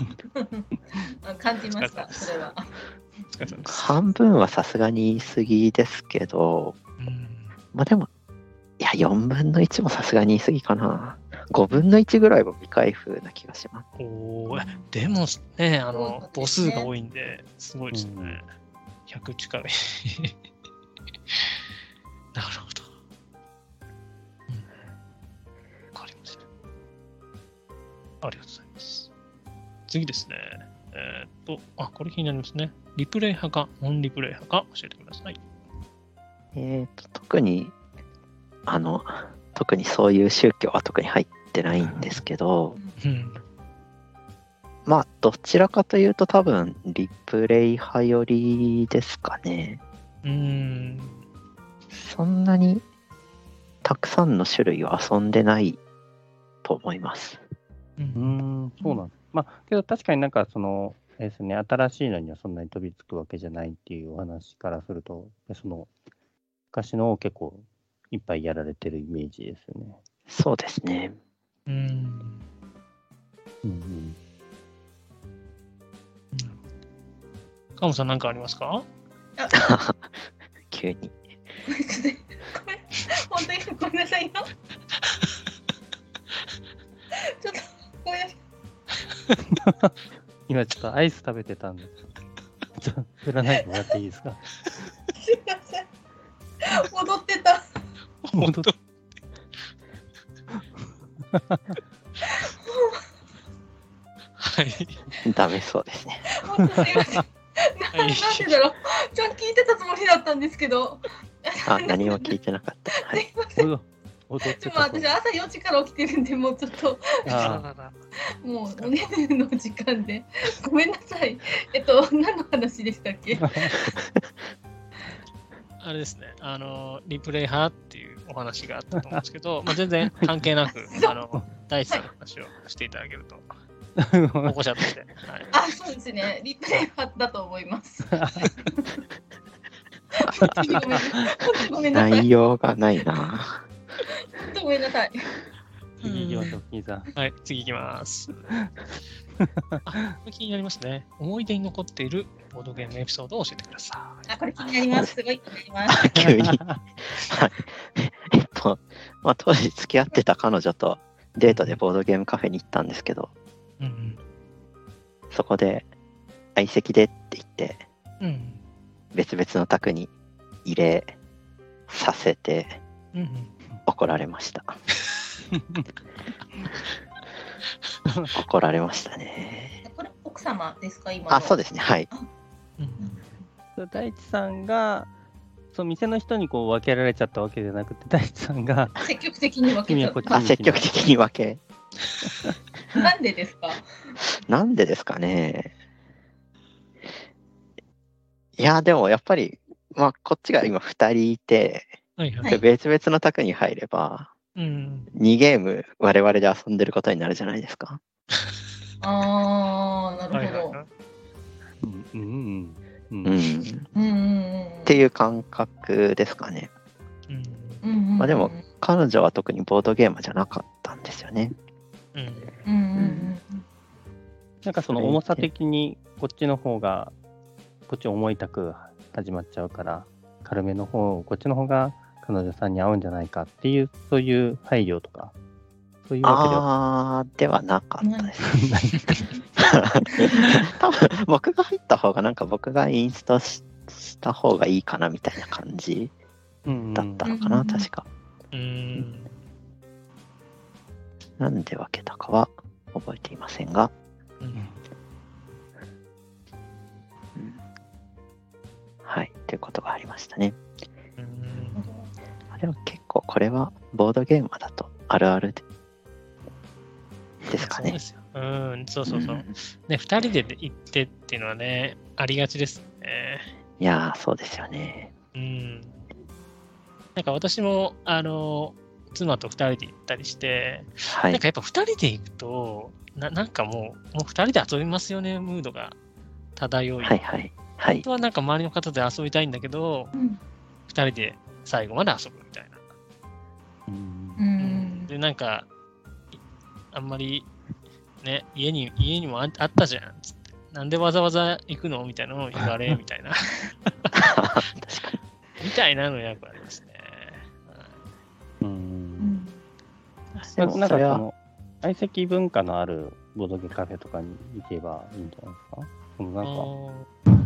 感じました、それは。 半分はさすがに言い過ぎですけど、 うんまあでも、いや、よんぶんのいちもさすがに言い過ぎかな。ごぶんのいちぐらいは未開封な気がします。 おーでもね、あの、 そうですね母数が多いんで、すごいですよね。ひゃく近い。なるほど。うん。わかりました。ありがとうございます。次ですね。えーっと、あ、これ気になりますね。リプレイ派か、ノンリプレイ派か教えてください。 えっと、特に、あの、特にそういう宗教は特に入ってないんですけど、 うん。 まあ、どちらかというと多分、リプレイ派寄りですかね。 うーん。 そんなにたくさんの種類を遊んでないと思います。 う。 うんん、そうなんです。まあ、けど確かになんかその、ですね、新しいのにはそんなに飛びつくわけじゃないっていうお話からすると、その、昔のを結構いっぱいやられてるイメージですよね。 そうですね。 うん。 うんうん。 カモさん何かありますか？ 急に。 ごめん、本当にごめんなさいよ。ちょっとごめんなさい。 今ちょっとアイス食べてたんで、ちょっと振らないでもらっていいですか？ すいません。戻ってた。 戻っはい。 ダメそうですね。 本当すいません。ななんでだろう。ちゃんと聞いてたつもりだったんですけど。 あ、何も聞いてなかった。はすい。 いません。 踊ってでもたそう私朝よじから起きてるんで、もうちょっとあもうお眠りの時間でごめんなさい。えっと何の話でしたっけ？ あれですね、あの、リプレイ派っていうお話があったと思うんですけど、まあ全然関係なく、あの、大地さんの話をしていただけると、保護者として。はい、 あ、そうですね。リプレイ派だと思います。ごめんなさい。 内容がないな。 本当ごめんなさい。 次行きましょう、金さん。 はい、次行きます。あ、これ気になりますね。思い出に残っているボードゲームエピソードを教えてください。 あ、これ気になります。すごい気になります。 あ急に。はい。えっと、まあ、当時付き合ってた彼女とデートでボードゲームカフェに行ったんですけど、 うんうん。 そこで相席でって言って、 うん別々の卓に入れさせてうんうん怒られました。怒られましたね。 これ奥様ですか今の？ あ、そうですね。はい。 うん大地さんが、その店の人にこう分けられちゃったわけじゃなくて、大地さんが、 積極的に分けちゃっ君はこっちあ、積極的に分け。 た。なんでですか？ なんでですかね。いや、でもやっぱり、まあ、こっちが今ふたりいて、 はいはい。 で別々の卓に入れば、 うん。 にゲーム我々で遊んでることになるじゃないですか。 ああ、なるほど。 はいはいはいうんうんうんうん。 うんうんうん。 っていう感覚ですかね。 うんうんうんうん。 まあでも彼女は特にボードゲームじゃなかったんですよね。 うんうんうんうんなんかその重さ的にこっちの方が、こっち重いたく始まっちゃうから、軽めの方、こっちの方が彼女さんに合うんじゃないかっていう、そういう配慮とか、そういうわけではあー、ではなかったですね。多分僕が入った方がなんか僕がインストしした方がいいかなみたいな感じだったのかな、 うんうん確か。 うんなんで分けたかは覚えていませんが、 うんうんはい、ということがありましたね。 うんでも結構これはボードゲームだとあるあるでですかねそうで。すよ。うん、そうそうそう。 んね、二人で行ってっていうのはね、ありがちですね。 いやー、そうですよね。 うん。なんか私も、あの、妻と二人で行ったりして、 はいなんか。やっぱ二人で行くと、ななんかもう、もう二人で遊びますよね、ムードが漂い。 はいはい。はい本当。はなんか周りの方で遊びたいんだけど、 うん二人で最後まで遊ぶみたいな。 うんうんうんで、なんか、あんまり、ね、家に、家にもああったじゃん、つって。なんでわざわざ行くのみたいなのを言われ、みたいな。 確かに。 みたいなのやっぱありますね。 ううんんでなんかそもそれは、 の相席文化のあるボードゲームカフェとかに行けばいいんじゃないですか。そのなんか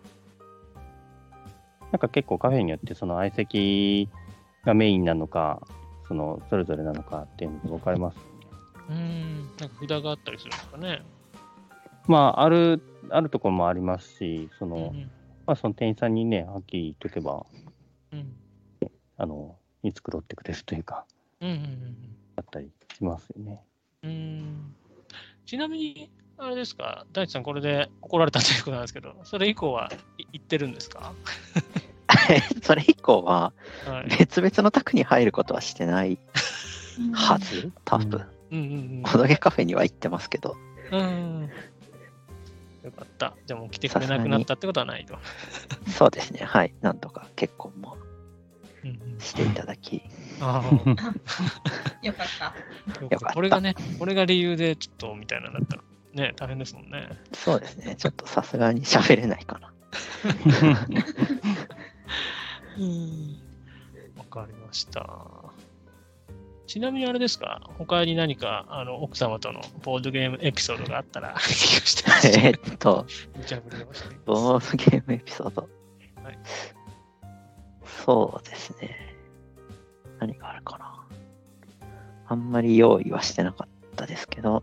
なんか結構カフェによってその相席がメインなのか、そのそれぞれなのかっていうのが分かれます。 うーん、なんか札があったりするんですかね。 まあ、ある、あるところもありますし、その、 うんまあ、その店員さんにね、はっきり言っとけば、 うんあの、いつろってくれるというか、 うんうんあったりしますよね。 うんうんうんちなみに、あれですか、大地さん、これで怒られたということなんですけど、それ以降はい行ってるんですか？ それ以降ははい。 別々の卓に入ることはしてないはず、多分。 うんうんボードゲカフェには行ってますけど。 うん。うんよかった。でも来てくれなくなったってことはないと。 そうですね。はい。なんとか結婚もうんうんしていただき。 あよかった。 あ、 よかったこれがね、これが理由でちょっとみたいなのだったらね、大変ですもんね。 そうですね。ちょっとさすがに喋れないかな。 うん。わかりました。ちなみにあれですか、他に何かあの奥様とのボードゲームエピソードがあったら聞かせてほしい。 えーっと、 無茶ぶりをしていますボードゲームエピソード。 はいそうですね。何があるかな。あんまり用意はしてなかったですけど。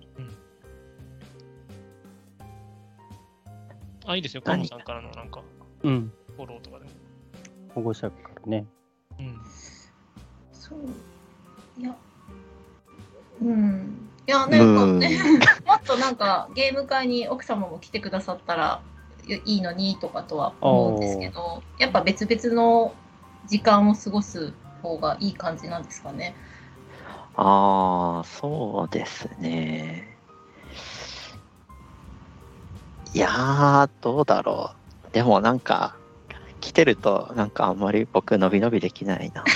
あ、いいですよ。カモさんからのなんかうん。 フォローとかでも。 保護者からね。 うん。 そう。いや。うん。いや、なんかね、もっとなんかゲーム会に奥様も来てくださったらいいのにとかとは思うんですけど、やっぱ別々の時間を過ごす方がいい感じなんですかね。 ああ、そうですね。いやー、どうだろう。でもなんか、来てると、なんかあんまり僕、伸び伸びできないな。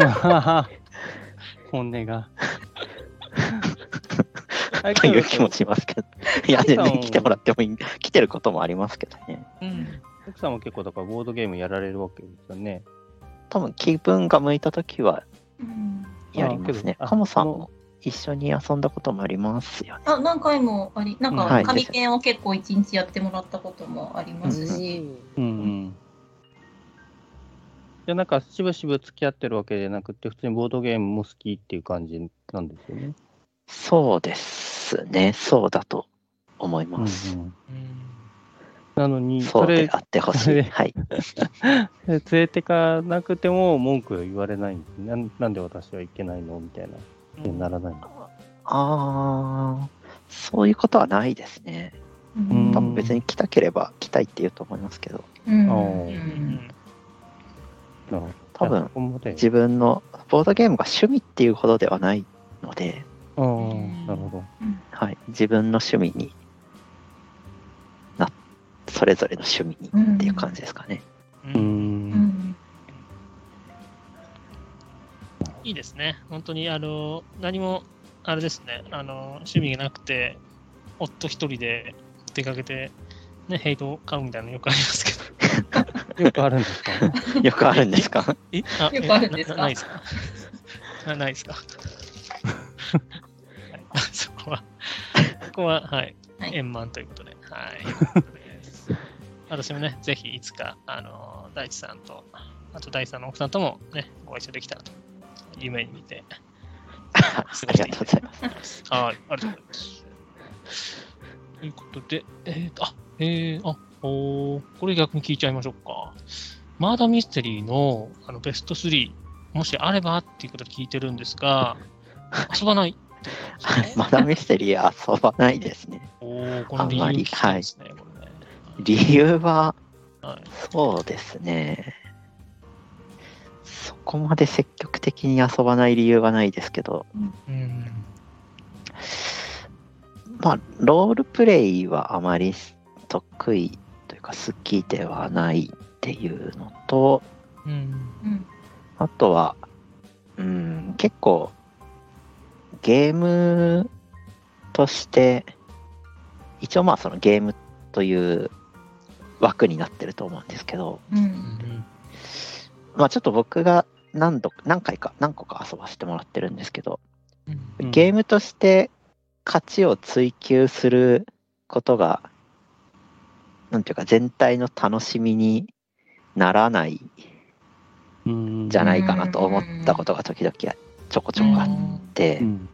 本音が。 という気もしますけど。いや、全然来てもらってもいい。来てることもありますけどね。 うん。 奥さんも結構だからボードゲームやられるわけですよね。 多分、気分が向いたときはうん、 やりますね。 あけどあカモさんそも一緒に遊んだこともありますよね。 あ何回もあり、なんかはい紙ペンを結構一日やってもらったこともありますし、 うんうん。じゃあなんかしぶしぶ付き合ってるわけじゃなくて、普通にボードゲームも好きっていう感じなんですよね。 そうですね。そうだと思います。 うんうん、 うんなのに、 そでそうれあってほしそれい。はい。 連れてかなくても文句言われないんですなんなんで私はいけないのみたいな、 うんならないの。 ああ、そういうことはないですね。 うん多分別に来たければ来たいって言うと思いますけど、 うんあーうんうんなるほど。 多分そこまで自分のボードゲームが趣味っていうほどではないので、 ああ、なるほど。 はい、自分の趣味にな、それぞれの趣味にっていう感じですかね。 ううんん。 うんいいですね。本当にあの何もあれですね。あの趣味がなくて夫一人で出かけてねヘイトを買うみたいなのよくありますけど。 よくあるんですか？ よくあるんですか？ えあよくあるんですかななないですか？なないですか？はいそこはここははいはい円満ということで、はい。私もねぜひいつかあの大地さんとあと大地さんの奥さんともねご一緒できたらと夢に見てありがとうございます。 はい、ありがとうございます。ということで、えーと、あ、えー、あ、おーこれ逆に聞いちゃいましょうか。マーダーミステリーのあのベストスリー、もしあればっていうことで聞いてるんですが、遊ばないってことなんですね。 まだミステリー遊ばないですね。 おーこの理由聞きたいですね、これね。 理由は、 はい、 そうですね。そこまで積極的に遊ばない理由はないですけど、 うんまあ、ロールプレイはあまり得意というか好きではないっていうのと、 うんうんあとは、うん、結構ゲームとして一応まあそのゲームという枠になってると思うんですけど、 ううんんまあちょっと僕が何度何回か何個か遊ばせてもらってるんですけど、 うんゲームとして価値を追求することがなんていうか全体の楽しみにならないうん。 じゃないかなと思ったことが時々ちょこちょこあって、 うん。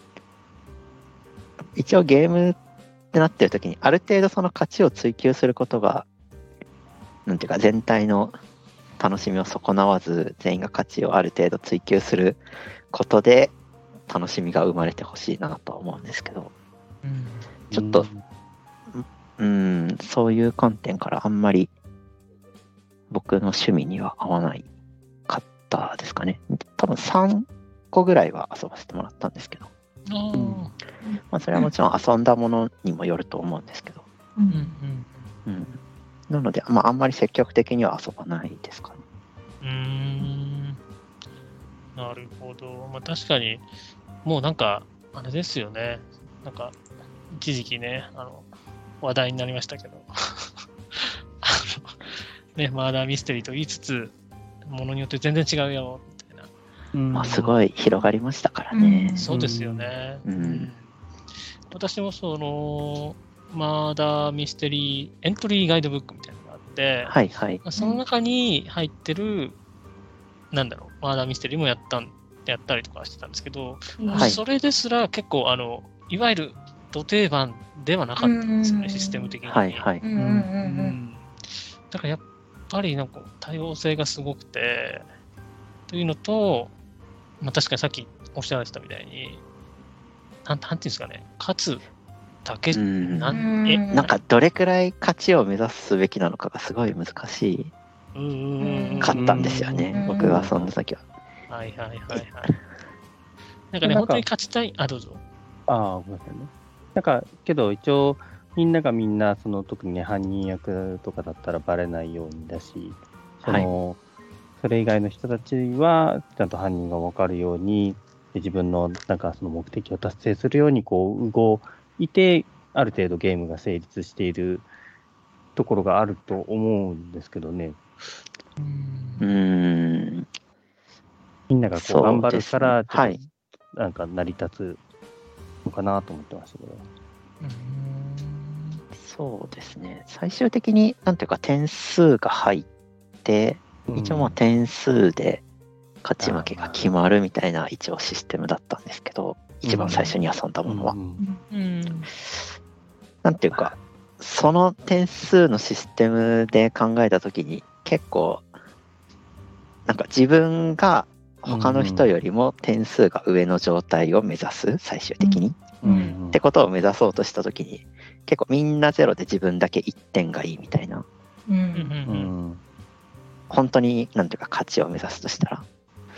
一応ゲームってなってる時にある程度その価値を追求することがなんていうか全体の楽しみを損なわず全員が価値をある程度追求することで楽しみが生まれてほしいなとは思うんですけど、 うんちょっとうーんそういう観点からあんまり僕の趣味には合わないかったですかね。多分さんこぐらいは遊ばせてもらったんですけど、 あーうんまあ、それはもちろん遊んだものにもよると思うんですけど、 ううんんうん、なので、まあ、あんまり積極的には遊ばないですかね。 うんうーんなるほど。まあ確かに、もうなんか、あれですよね。なんか、一時期ね、あの、話題になりましたけど、あの、ね、マーダーミステリーと言いつつ、ものによって全然違うよ、みたいな。 うん。 まあ、すごい広がりましたからね。 うんそうですよね。 うん私もその、マーダーミステリーエントリーガイドブックみたいなのがあって、 はいはい。 その中に入ってる、なんだろう、マーダーミステリーもやったんやったりとかしてたんですけど、 はいそれですら結構あの、いわゆるド定番ではなかったんですよね、 うんシステム的に。 はいはい。 うんうんうんだからやっぱりなんか多様性がすごくて、というのと、まあ、確かにさっきおっしゃられてたみたいに、なんなんていうんですかね、勝つだけ、 うんなうんんえなんかどれくらい価値を目指すべきなのかがすごい難しうんうんうんうんかったんですよね、 うん僕がその時は。 はいはいはいはい。なんかね、 なんか本当に勝ちたい、あ、どうぞ。 ああ、ごめんなさいね。なんか、けど一応、みんながみんな、その特にね、犯人役とかだったらバレないようにだし、その、それ以外の人たちは、ちゃんと犯人が分かるように、で自分のなんかその目的を達成するようにこう動いて、ある程度ゲームが成立しているところがあると思うんですけどね。 うーん。 みんながこそうう頑張ですねるから、ちょっとはいなんか成り立つのかなと思ってましたけど。 そうですね。最終的になんていうか点数が入って、一応まあ点数で勝ち負けが決まるみたいな一応システムだったんですけど、一番最初に遊んだものは。 うんうん。 なんていうか、その点数のシステムで考えたときに結構、なんか自分が他の人よりも点数が上の状態を目指す、最終的に。 うんうんってことを目指そうとしたときに、結構みんなゼロで自分だけいってんがいいみたいな、 うんうんうん本当になんていうか価値を目指すとしたら、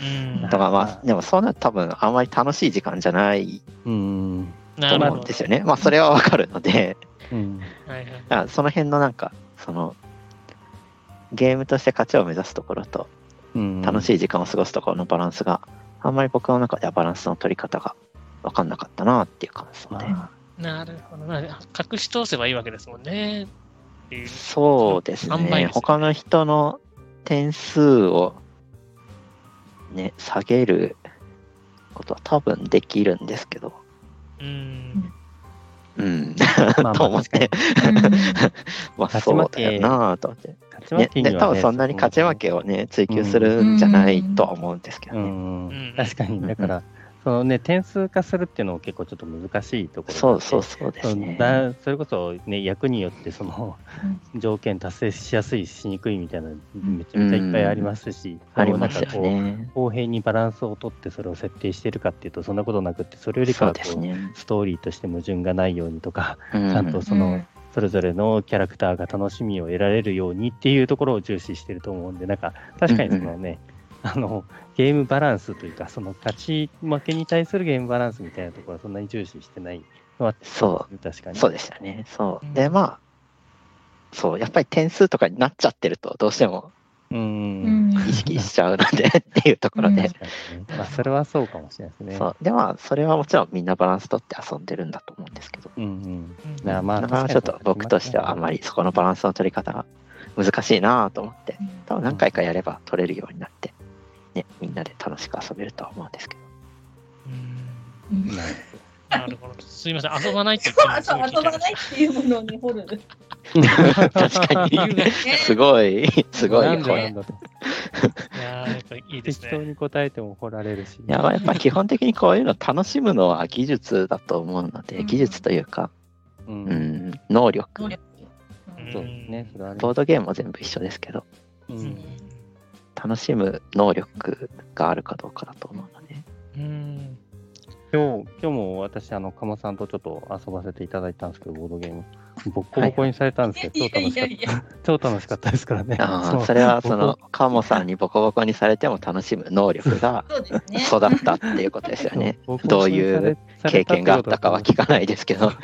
うんだからまあ、でもそうなると多分あんまり楽しい時間じゃないうん。 と思なるほどうんですよね。まあそれはわかるので、 うん。 はいはいだからその辺のなんか、その、ゲームとして勝ちを目指すところと、 うん。 楽しい時間を過ごすところのバランスが、あんまり僕の中ではバランスの取り方が分かんなかったなっていう感想で。 まなるほどな。隠し通せばいいわけですもんね。っていうそうですね。 塩梅ですよね他の人の点数をね、下げることは多分できるんですけど、 うん。 うん。 まあと思って、 うんまあそうだよなと思って。 勝ち負ね、でけにはね多分そんなに勝ち負けをね、追求するんじゃないとは思うんですけどうね。 んうん確かに、だから、そのね、点数化するっていうのも結構ちょっと難しいところそうがあってそうそうですそねの。だそれこそ、ね、役によってその条件達成しやすい、しにくいみたいな、めちゃめちゃいっぱいありますし、 ありますよそのなんかこうね。 公平にバランスを取ってそれを設定してるかっていうと、そんなことなくって、それよりかそうはこう、 ですね。 ストーリーとして矛盾がないようにとか、 うちゃんとその、 うんそれぞれのキャラクターが楽しみを得られるようにっていうところを重視してると思うんで、なんか確かにそのね、あのゲームバランスというか、その勝ち負けに対するゲームバランスみたいなところはそんなに重視してないのは、 そう確かに。 そうでしたね。そうう。 んで、まあ、そう、やっぱり点数とかになっちゃってると、どうしてもう。 うんん意識しちゃうのでっていうところでうん、 確かにね。まあ、それはそうかもしれないですね。 そう。で、まあ、それはもちろんみんなバランス取って遊んでるんだと思うんですけど、 うんうん。 うんだからまあ、 だからちょっと僕としてはあんまりそこのバランスの取り方が難しいなと思って、多分何回かやれば取れるようになって、ね、みんなで楽しく遊べるとは思うんですけど。 うんうんなるなるほど。すいません。遊ばないって言ってそうもすごい聞いてま遊ばないっていうものに掘る。 確かに、すごい、すごいなんこれ。 でなんだと。 いやーやっぱりいいですね。 適当に答えても掘られるし。 いや、やっぱ基本的にこういうの楽しむのは技術だと思うので、 うん技術というか、 う。 うんん、能力能。力うんそうですね。それはありボーますドゲームも全部一緒ですけど、 ううんん楽しむ能力があるかどうかだと思うので。 うん今日、今日も私、あの、鴨さんとちょっと遊ばせていただいたんですけど、ボードゲーム。ボッコボコにされたんですけど、超楽しかった。 いやいやいや超楽しかったですからね。 ああ、 そうそれはその、カモさんにボコボコにされても楽しむ能力がそうですね。 育ったっていうことですよね。 そうどういう経験があったかは聞かないですけど。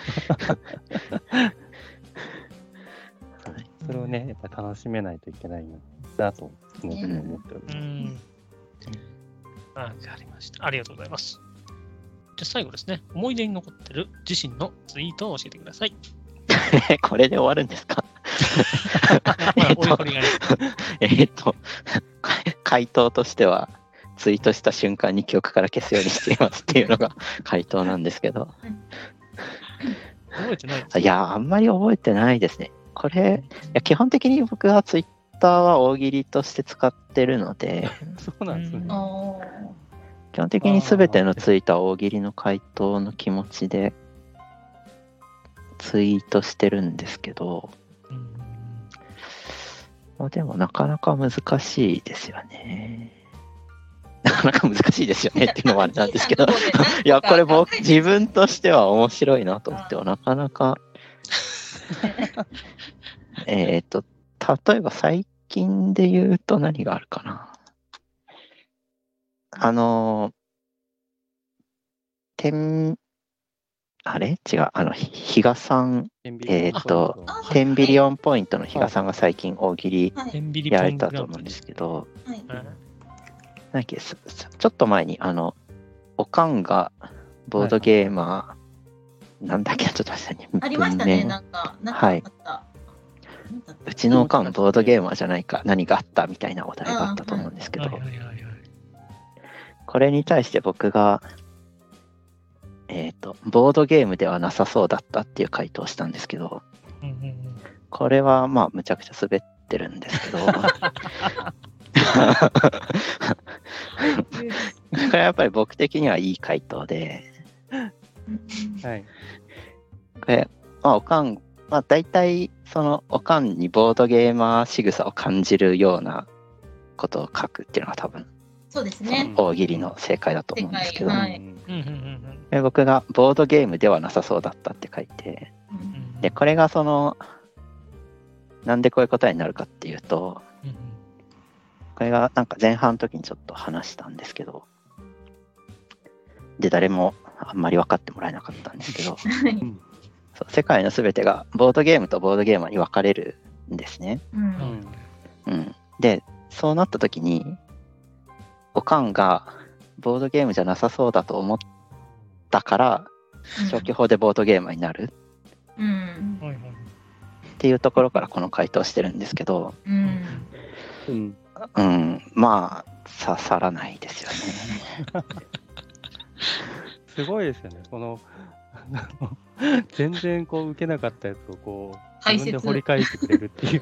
それをね、やっぱり楽しめないといけないなと思って思っております。 うんわかりました。ありがとうございます。じゃあ最後ですね。思い出に残ってる自身のツイートを教えてください。 これで終わるんですかまあ、おい掘りがね。 えっと、回答としては、ツイートした瞬間に記憶から消すようにしていますっていうのが回答なんですけど。 覚えてないですいや、あんまり覚えてないですね。これ、いや基本的に僕はツイッターは大喜利として使ってるので、 そうなんですね。 あー基本的に全てのツイートは大喜利の回答の気持ちでツイートしてるんですけど、 うんまあ、でもなかなか難しいですよね。なかなか難しいですよねっていうのはあれなんですけど、いや、これ僕、自分としては面白いなと思っても、なかなか、えっと、例えば最近で言うと何があるかな。あの、天、あれ違う、あの、比嘉さん、えーっとあテンビリオンポイントの比嘉さんが最近大喜利はいテンビリやられポングランプリたと思うんですけど、 はいはいなんだっけ、すすちょっと前に、あの、おかんがボードゲーマー、なんだっけ、ちょっと待ってね。 ありましたね、 文面なんか、なんかあはいった。なんだったうちのおかんボードゲーマーじゃないか、何があったみたいなお題があったと思うんですけど、 はいはいはいはいこれに対して僕が、えっ、と、ボードゲームではなさそうだったっていう回答をしたんですけど、 うんうんうんこれはまあ、むちゃくちゃ滑ってるんですけど、これはやっぱり僕的にはいい回答で、 はい。 これ、まあ、おかん、まあ、大体、その、おかんにボードゲーマー仕草を感じるようなことを書くっていうのが多分、 そうですね。 大喜利の正解だと思うんですけど、 正解はいうんうんうんで僕がボードゲームではなさそうだったって書いて、 うんうんで、これがその、なんでこういう答えになるかっていうと、 うんこれがなんか前半の時にちょっと話したんですけど、で、誰もあんまり分かってもらえなかったんですけど、そう世界のすべてがボードゲームとボードゲーマーに分かれるんですね。 うんうん、で、そうなった時に、おかんがボードゲームじゃなさそうだと思ったから、消去法でボードゲーマーになるうんっていうところからこの回答してるんですけど、 うんうんうん、まあ刺さらないですよね。 すごいですよね。この全然こう受けなかったやつをこう自分で掘り返してくれるっていう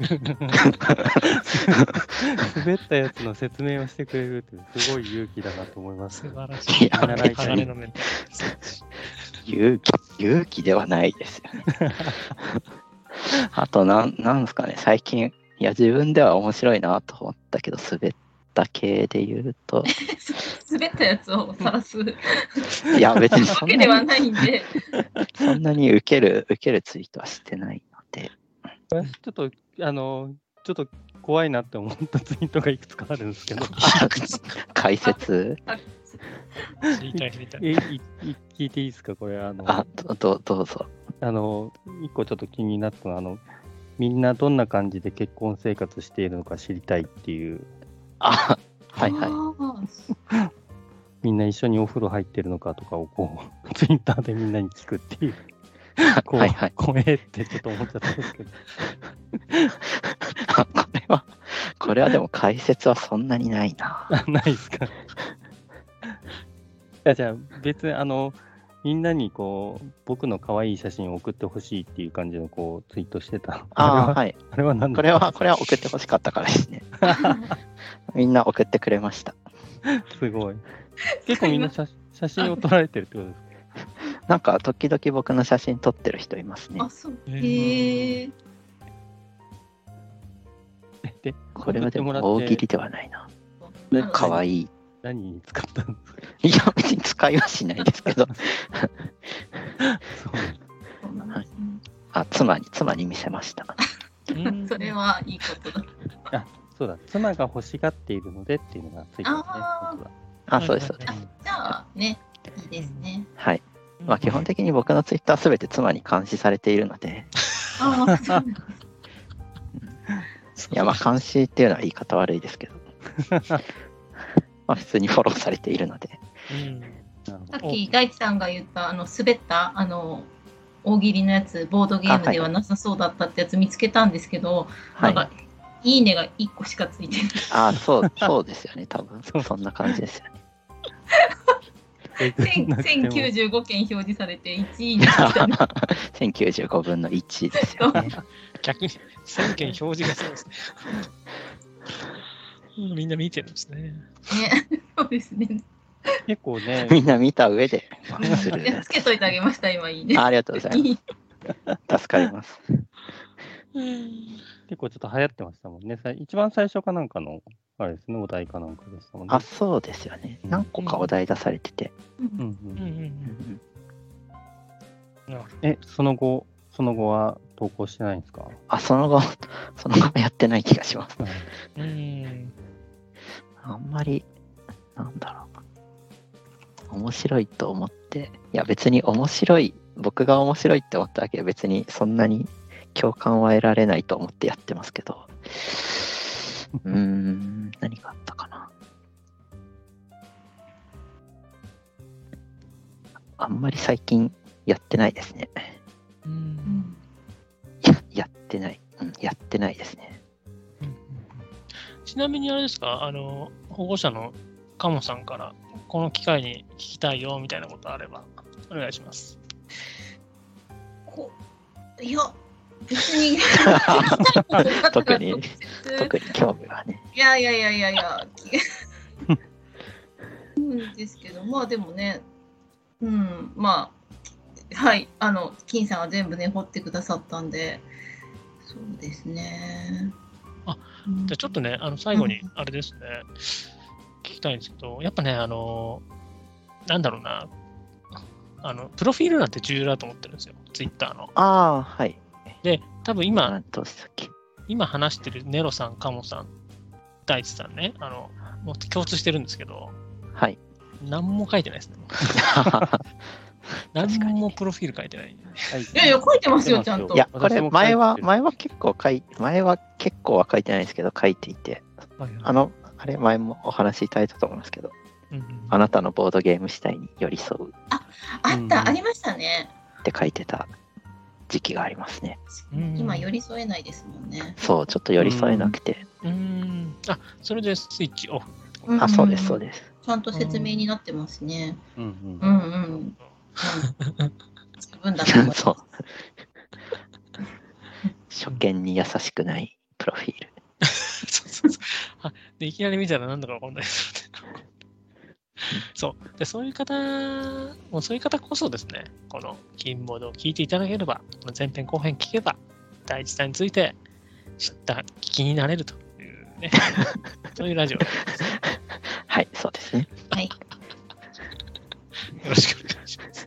滑ったやつの説明をしてくれるっていうすごい勇気だなと思います。 素晴らしい。 いや鋼の面勇気勇気ではないですよね。あとなんなんですかね、最近いや自分では面白いなと思ったけど滑った系で言うと滑ったやつを晒すいや別にわそんなにけではないんで、 そんなに受ける受けるツイートはしてないので、 ちょっとあのちょっと怖いなって思ったツイートがいくつかあるんですけど解説知りたい知りたい。 えいい聞いていいですかこれあのあどどどうぞ。 あの一個ちょっと気になったのはあのみんなどんな感じで結婚生活しているのか知りたいっていうあはいはいあみんな一緒にお風呂入ってるのかとかをこうツイッターでみんなに聞くっていうこうはいはい怖えってちょっと思っちゃったんですけどあこれはこれはでも解説はそんなにないな。 あないですかいやじゃあ別にあのみんなにこう僕の可愛い写真を送ってほしいっていう感じのこうツイートしてたああはいあれは何これはこれは送ってほしかったからですね。みんな送ってくれました。 すごい結構みんな写写真を撮られてるってことですかなんか時々僕の写真撮ってる人いますねあ。そうへえでこれはでも送ってもらって大喜利ではないな。かわいい。 何に使ったんですかいや別に使いはしないですけどそうそうなんですねあ妻に妻に見せました。 うんそれはいいことだ。 あそうだ妻が欲しがっているのでっていうのがついてますねあー本当だあそうですそうです。 あじゃあね、いいですね。 はい。まあ基本的に僕のツイッターはすべて妻に監視されているので、 ああ、そうなんですいやまあ監視っていうのは言い方悪いですけど、まあ普通にフォローされているので、 うんなるほどさっき大地さんが言ったあの滑ったあの大喜利のやつボードゲームではなさそうだったってやつ見つけたんですけど、 は。 ないんかいいねがいっこしかついてない。 あそうそうですよね多分そんな感じですよね。 せんきゅうじゅうごけん表示されていちいに来たね。 せんきゅうじゅうごぶんのいちですよね。 逆にせんけん表示がそうですね。うんみんな見てるんですね。 ね、そうですね。 結構ねみんな見た上で、まあ、するいやつけといてあげました今いいね。 あありがとうございいいます。助かります。 結構ちょっと流行ってましたもんねさ一番最初かなんかのあれですねお題かなんかでしたもんねあそうですよね。何個かお題出されてて、 うんうんうんうんうんうんなるほえその後その後は投稿してないんですかあその後その後もやってない気がします。 どうんあんまりなんだろう面白いと思っていや別に面白い僕が面白いって思ったわけで別にそんなに共感は得られないと思ってやってますけどうーん何があったかなあんまり最近やってないですねううんんややってない、うん、やってないですねうんちなみにあれですか、あの保護者のカモさんからこの機会に聞きたいよみたいなことあればお願いします。 こいや別に特に特に興味はねいやいやいやいやいやうんですけどまあでもねうんまあはいあの金さんが全部ね掘ってくださったんでそうですねあうんじゃあちょっとね、あの最後にあれですね、聞きたいんですけど、やっぱね、あの、なんだろうな、あの、プロフィールなんて重要だと思ってるんですよ、ツイッターの。 ああはいで、多分今、 どうしたっけ今話してるネロさん、カモさん大地さんね、あの、もう共通してるんですけど、 はい。 何も書いてないですね。何もプロフィール書いてない。いやいや、書いてますよ、ちゃんと。 いや、これ前は、前は結構書い、前は結構は書いてないですけど、書いていて、はいはい、あの、あれ、前もお話しいただいたと思いますけど、うんうん、あなたのボードゲーム主体に寄り添う。 あ、あった、うん、ありましたね。 って書いてた時期がありますね。 今、寄り添えないですもんね。 そう、ちょっと寄り添えなくて。 うん。うんあ、それでスイッチオフ。 うんうん、あ、そうです、そうです。 ちゃんと説明になってますね。うんうん。うんうん。十分だと思います。そう。 初見に優しくないプロフィール。 そうそうそうあで。いきなり見たら何だか分かんないですよね。そうで。そういう方、もうそういう方こそですね、この金ボードを聞いていただければ、前編後編聞けば、第一弾について知った気になれるというね、そういうラジオです。 はい、そうですね。 はい。 よろしくお願いします。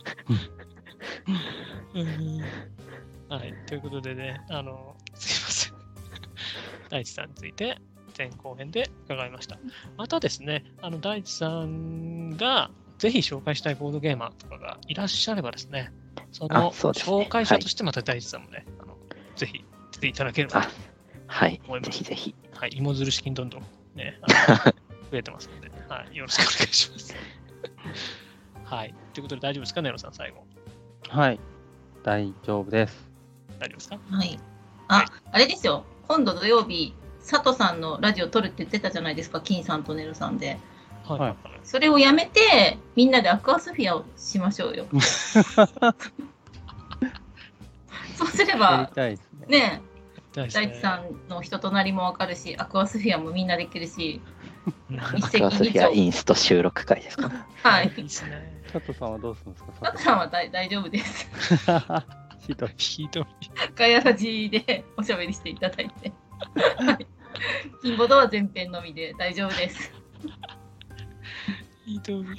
うんはい、ということでね、あの、すいません。大地さんについて前後編で伺いました。またですね、あの大地さんがぜひ紹介したいボードゲーマーとかがいらっしゃればですね、その紹介者としてまた大地さんもね、はい、あのぜひ出ていただければと思います。 はい、ぜひぜひ。 はい、芋づる式にどんどんね、増えてますので、はい、よろしくお願いします。はい、ということで大丈夫ですか、ネロさん、最後。 はい、大丈夫です。 大丈夫ですか？ はい。あ、はい、あれですよ。今度土曜日、佐藤さんのラジオ撮るって言ってたじゃないですか、金さんとネルさんで。 はい。 それをやめて、みんなでアクアスフィアをしましょうよ。そうすれば、ね、ね大地さんの人となりもわかるし、アクアスフィアもみんなできるし、 アクアスフィアインスト収録会ですか？ はい。 いいですね。 佐藤さんはどうするんですか？ 佐藤さんは大大丈夫です。 ひどい。 ひどい。 ガヤラジでおしゃべりしていただいて。はい。金ボードは前編のみで大丈夫です。 ひどい。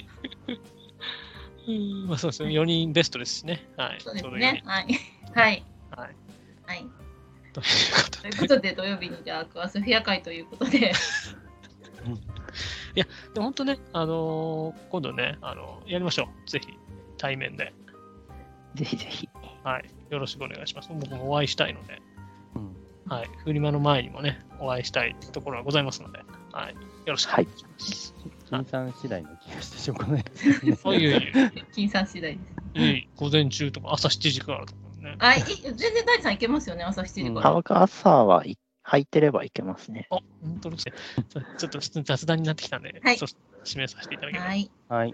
うん、まあそうですね。よにんベストですしね。はい。 そうですね。はい。はい。 はい。 はい。 ということで。 ということで土曜日にじゃあアクアスフィア会ということで。 うん、いや、でも本当ね、あのー、今度ね、あのー、やりましょう。ぜひ、対面で。 ぜひぜひ。 はい。よろしくお願いします。僕もお会いしたいので。 うん、 はい。フリマの前にもね、お会いしたいところがございますので、はい。よろしくお願いします。 はい、金さん次第の気がしてしょうがないですね。あ、いえいえ。 金さん次第です。 いえ、午前中とか朝しちじからとかね。 あ、い全然大地さん行けますよね、朝しちじから。 うん、朝は空いてれば行けますね。 あ、本当ですね。ちょっと普通に雑談になってきたんで、はい、そう締めさせていただきます。 はい。 はい。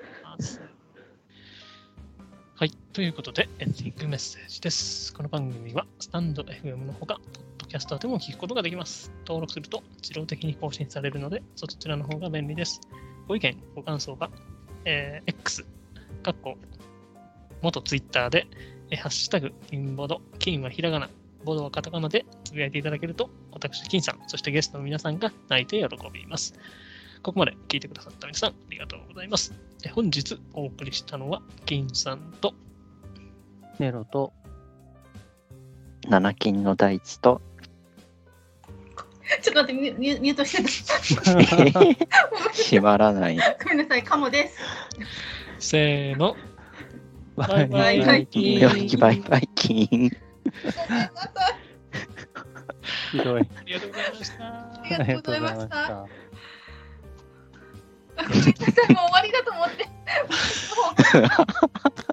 はい。ということで、エンディングメッセージです。この番組は、スタンド エフエム のほか、ポッドキャスターでも聞くことができます。登録すると自動的に更新されるので、そちらの方が便利です。ご意見、ご感想が、えー、X、かっこ、元ツイッターで、えー、ハッシュタグ、金ボード、金はひらがな、ボードはカタカナでつぶやいていただけると、私、金さん、そしてゲストの皆さんが泣いて喜びます。ここまで聞いてくださった皆さん、ありがとうございます。本日お送りしたのは、金さんと、 ネロと、 七金の大地と、 ちょっと待って、ミュミュミュートしてた。閉まらない。 ごめんなさい、カモです。 せーの。 バイバイバイキン。 バイバイキン。 ひどい。 ありがとうございました。 ありがとうございました。もう終わりだと思って。